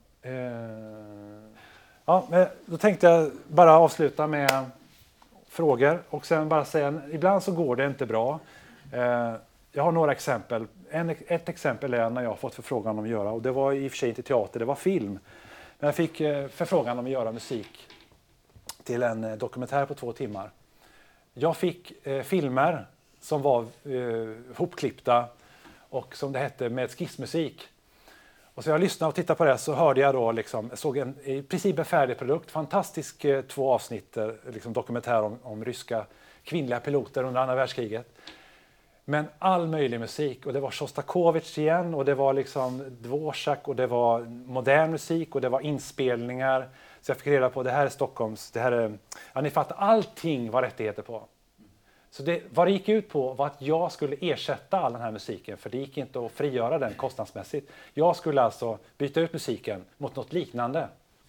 Ja, men då tänkte jag bara avsluta med frågor och sen bara säga ibland så går det inte bra. Jag har några exempel. Ett exempel är när jag har fått förfrågan om att göra, och det var i och för sig inte teater, det var film. Men jag fick förfrågan om att göra musik till en dokumentär på 2 timmar. Jag fick filmer som var hopklippta och som det hette med skissmusik. Och så jag lyssnade och tittade på det så hörde jag då såg en i princip en färdig produkt. Fantastisk 2 avsnitt dokumentär om ryska kvinnliga piloter under andra världskriget. Men all möjlig musik och det var Shostakovich igen och det var Dvorak och det var modern musik och det var inspelningar. Så jag fick reda på det här är Stockholms, ni fattar, allting var rättigheter på. Så vad det gick ut på var att jag skulle ersätta all den här musiken för det gick inte att frigöra den kostnadsmässigt. Jag skulle alltså byta ut musiken mot något liknande.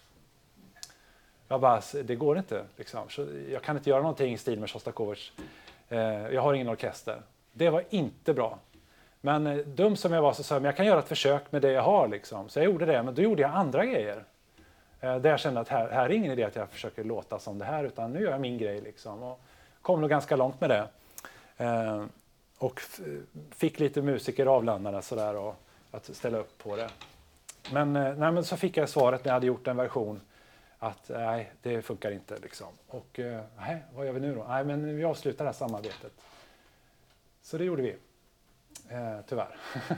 Jag bara, det går inte. Så jag kan inte göra någonting i stil med Shostakovich. Jag har ingen orkester. Det var inte bra. Men dum som jag var så sa jag kan göra ett försök med det jag har. Så jag gjorde det, men då gjorde jag andra grejer. Där jag kände att här är ingen idé att jag försöker låta som det här utan nu gör jag min grej. Och kom nog ganska långt med det. Och fick lite musiker avlandade sådär och att ställa upp på det. Men så fick jag svaret när jag hade gjort en version att nej, det funkar inte. Och nej, vad gör vi nu då? Nej, men vi avslutar det här samarbetet. Så det gjorde vi. Tyvärr.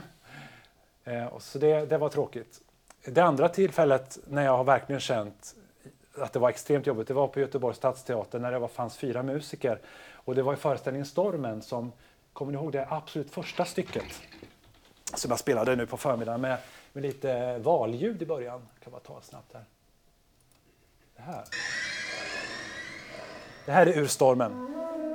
Och så det var tråkigt. Det andra tillfället när jag har verkligen känt att det var extremt jobbigt, det var på Göteborgs stadsteater när det fanns 4 musiker. Och det var i föreställningen Stormen som, kommer ni ihåg det absolut första stycket? Som jag spelade nu på förmiddagen med lite valljud i början. Jag kan bara ta snabbt här. Det här är ur Stormen.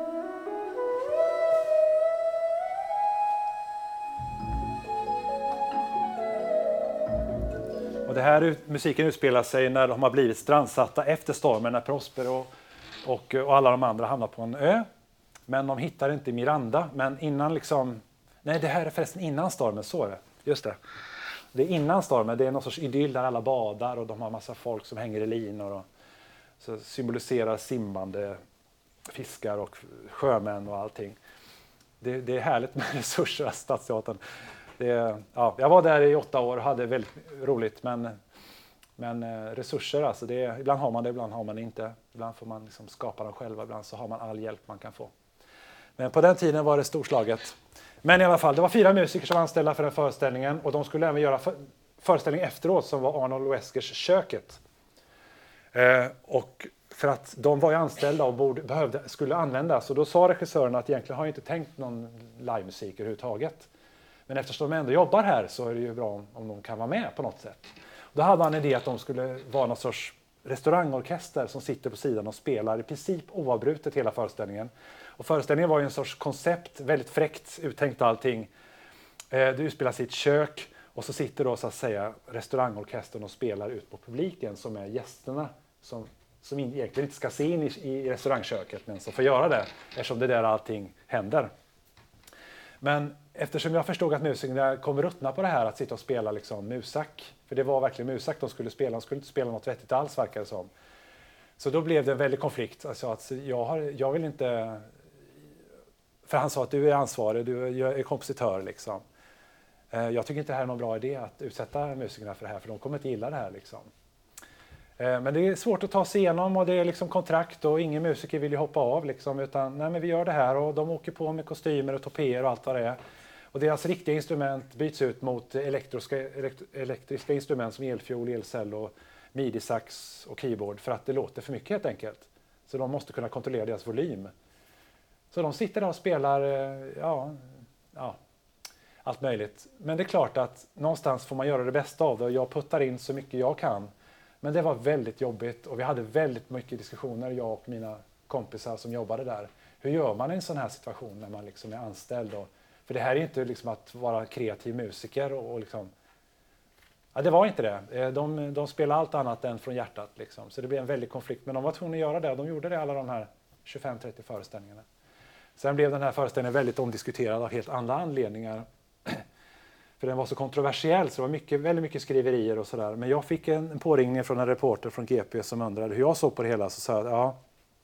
Och det här musiken utspelar sig när de har blivit strandsatta efter stormen, när Prosper och alla de andra hamnar på en ö. Men de hittar inte Miranda. Men innan nej, det här är förresten innan stormen, så är det. Just det. Det är innan stormen, det är någon sorts idyll där alla badar och de har massa folk som hänger i linor. Och så symboliserar simmande fiskar och sjömän och allting. Det är härligt med resurser av Stadsteatern. Jag var där i 8 år och hade väldigt roligt, men resurser, alltså ibland har man det, ibland har man det inte. Ibland får man skapa dem själva, ibland så har man all hjälp man kan få. Men på den tiden var det storslaget. Men i alla fall, det var 4 musiker som var anställda för den föreställningen och de skulle även göra föreställning efteråt som var Arnold Weskers Köket. Och för att de var ju anställda och skulle användas, och då sa regissören att egentligen har jag inte tänkt någon livemusik överhuvudtaget. Men eftersom de ändå jobbar här så är det ju bra om de kan vara med på något sätt. Och då hade han en idé att de skulle vara någon sorts restaurangorkester som sitter på sidan och spelar i princip oavbrutet hela föreställningen. Och föreställningen var ju en sorts koncept, väldigt fräckt uttänkt allting. Det utspelas i ett kök och så sitter då så att säga restaurangorkestern och spelar ut på publiken som är gästerna som egentligen inte ska se in i restaurangköket men som får göra det eftersom det är där allting händer. Men eftersom jag förstod att musikerna kommer ruttna på det här att sitta och spela musak, för det var verkligen musak de skulle inte spela något vettigt alls verkar det som. Så då blev det en väldig konflikt. Alltså att jag vill inte För han sa att du är ansvarig, du är kompositör liksom. Jag tycker inte det här är någon bra idé att utsätta musikerna för det här, för de kommer inte gilla det här liksom. Men det är svårt att ta sig igenom och det är liksom kontrakt och ingen musiker vill ju hoppa av liksom, utan nej men vi gör det här och de åker på med kostymer och topéer och allt vad det är. Och deras riktiga instrument byts ut mot elektriska instrument som elfiol, elcello, midi-sax och keyboard för att det låter för mycket helt enkelt. Så de måste kunna kontrollera deras volym. Så de sitter där och spelar, allt möjligt. Men det är klart att någonstans får man göra det bästa av det och jag puttar in så mycket jag kan. Men det var väldigt jobbigt och vi hade väldigt mycket diskussioner, jag och mina kompisar som jobbade där. Hur gör man i en sån här situation när man liksom är anställd? För det här är inte liksom att vara kreativ musiker och liksom... Ja, det var inte det. De spelade allt annat än från hjärtat liksom. Så det blev en väldig konflikt. Men de var tvungna att göra det. De gjorde det alla de här 25-30 föreställningarna. Sen blev den här föreställningen väldigt omdiskuterad av helt andra anledningar. För den var så kontroversiell så det var väldigt mycket skriverier och sådär. Men jag fick en påringning från en reporter från GP som undrade hur jag såg på det hela. Så sa jag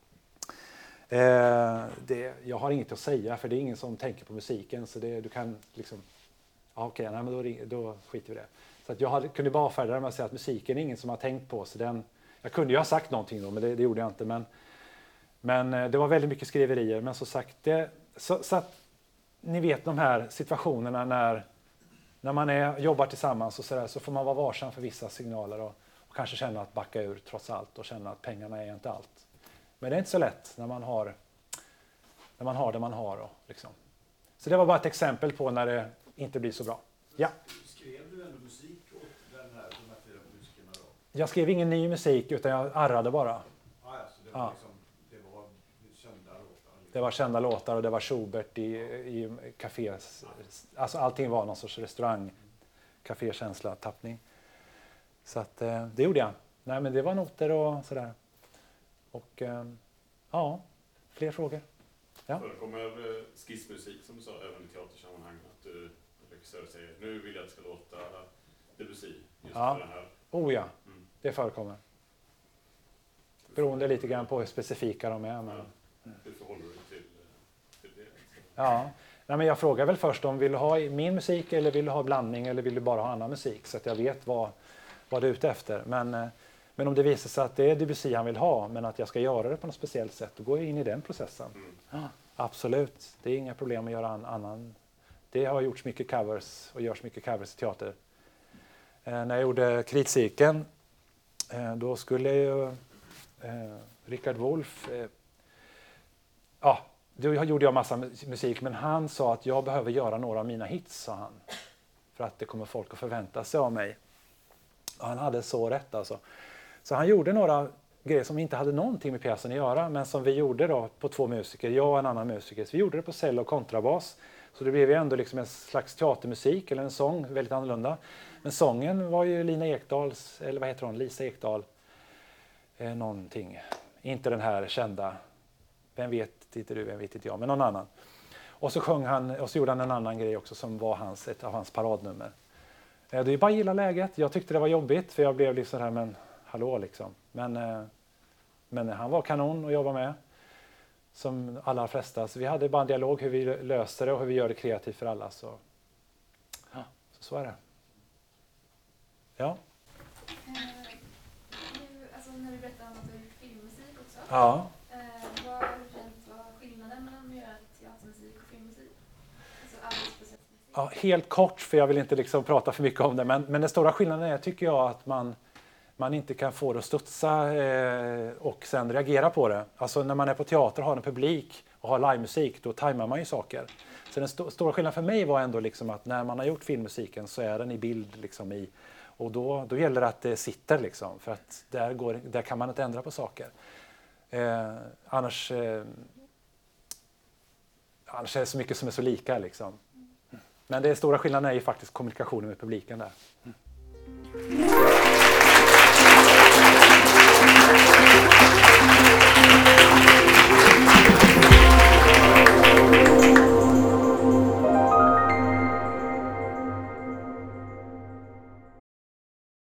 jag har inget att säga för det är ingen som tänker på musiken. Så du kan liksom, då skiter vi det. Så att jag kunde bara avfärda det med att säga att musiken är ingen som har tänkt på. Så jag kunde ju ha sagt någonting då, men det gjorde jag inte. Men det var väldigt mycket skriverier. Men så sagt, så att ni vet de här situationerna när man jobbar tillsammans och så får man vara varsam för vissa signaler och kanske känna att backa ur trots allt och känna att pengarna är inte allt. Men det är inte så lätt när man har det man har. Och liksom. Så det var bara ett exempel på när det inte blir så bra. Ja.
Skrev du ändå musik åt de här 4 musikerna då?
Jag skrev ingen ny musik utan jag arrade bara.
Det var kända låtar?
Det var kända låtar och det var Schubert i café. Alltså allting var någon sorts restaurang, cafékänsla, tappning. Så att det gjorde jag. Nej men det var noter och sådär. Och fler frågor. Ja.
Förekommer skissmusik som du sa även i teatersammanhang att regissör säger nu vill jag att det ska låta Debussy just för den här.
Ja, det förekommer. Beroende lite grann på hur specifika de är. Men...
Hur förhåller du till det?
Ja, nej, men jag frågar väl först om vill du ha min musik eller vill du ha blandning eller vill du bara ha annan musik så att jag vet vad du är ute efter. Men om det visar sig att det är Debussy han vill ha men att jag ska göra det på något speciellt sätt då går jag in i den processen. Absolut, det är inga problem att göra annan. Det har gjorts mycket covers och görs mycket covers i teater. När jag gjorde Kritcirkeln då skulle ju Richard Wolff då gjorde jag massa musik men han sa att jag behöver göra några av mina hits, sa han. För att det kommer folk att förvänta sig av mig. Och han hade så rätt alltså. Så han gjorde några grejer som inte hade någonting med pjäsen att göra men som vi gjorde då på 2 musiker, jag och en annan musiker. Så vi gjorde det på cello och kontrabas. Så det blev ju ändå liksom en slags teatermusik eller en sång, väldigt annorlunda. Men sången var ju Lisa Ekdahl, någonting. Inte den här kända, vem vet inte jag, men någon annan. Och så sjöng han, och så gjorde han en annan grej också som var ett av hans paradnummer. Det är bara att gilla läget. Jag tyckte det var jobbigt för jag blev liksom här, men hallå liksom. Men han var kanon att jobba med. Som alla flesta. Så vi hade bara en dialog hur vi löser det och hur vi gör det kreativt för alla. Så är det. Ja.
Alltså när du berättade om att du har gjort filmmusik också.
Ja.
Vad har du känt var skillnaden mellan att göra teatermusik och filmmusik? Alltså arbetsprocessmusik.
Ja, helt kort, för jag vill inte liksom prata för mycket om det. Men den stora skillnaden är, tycker jag, att man inte kan få det att studsa och sen reagera på det. Alltså när man är på teater och har en publik och har livemusik, då tajmar man ju saker. Så den stora skillnaden för mig var ändå liksom att när man har gjort filmmusiken så är den i bild liksom och då gäller det att det sitter liksom, för att där kan man inte ändra på saker. Annars är det så mycket som är så lika liksom. Men det stora skillnaden är ju faktiskt kommunikationen med publiken där.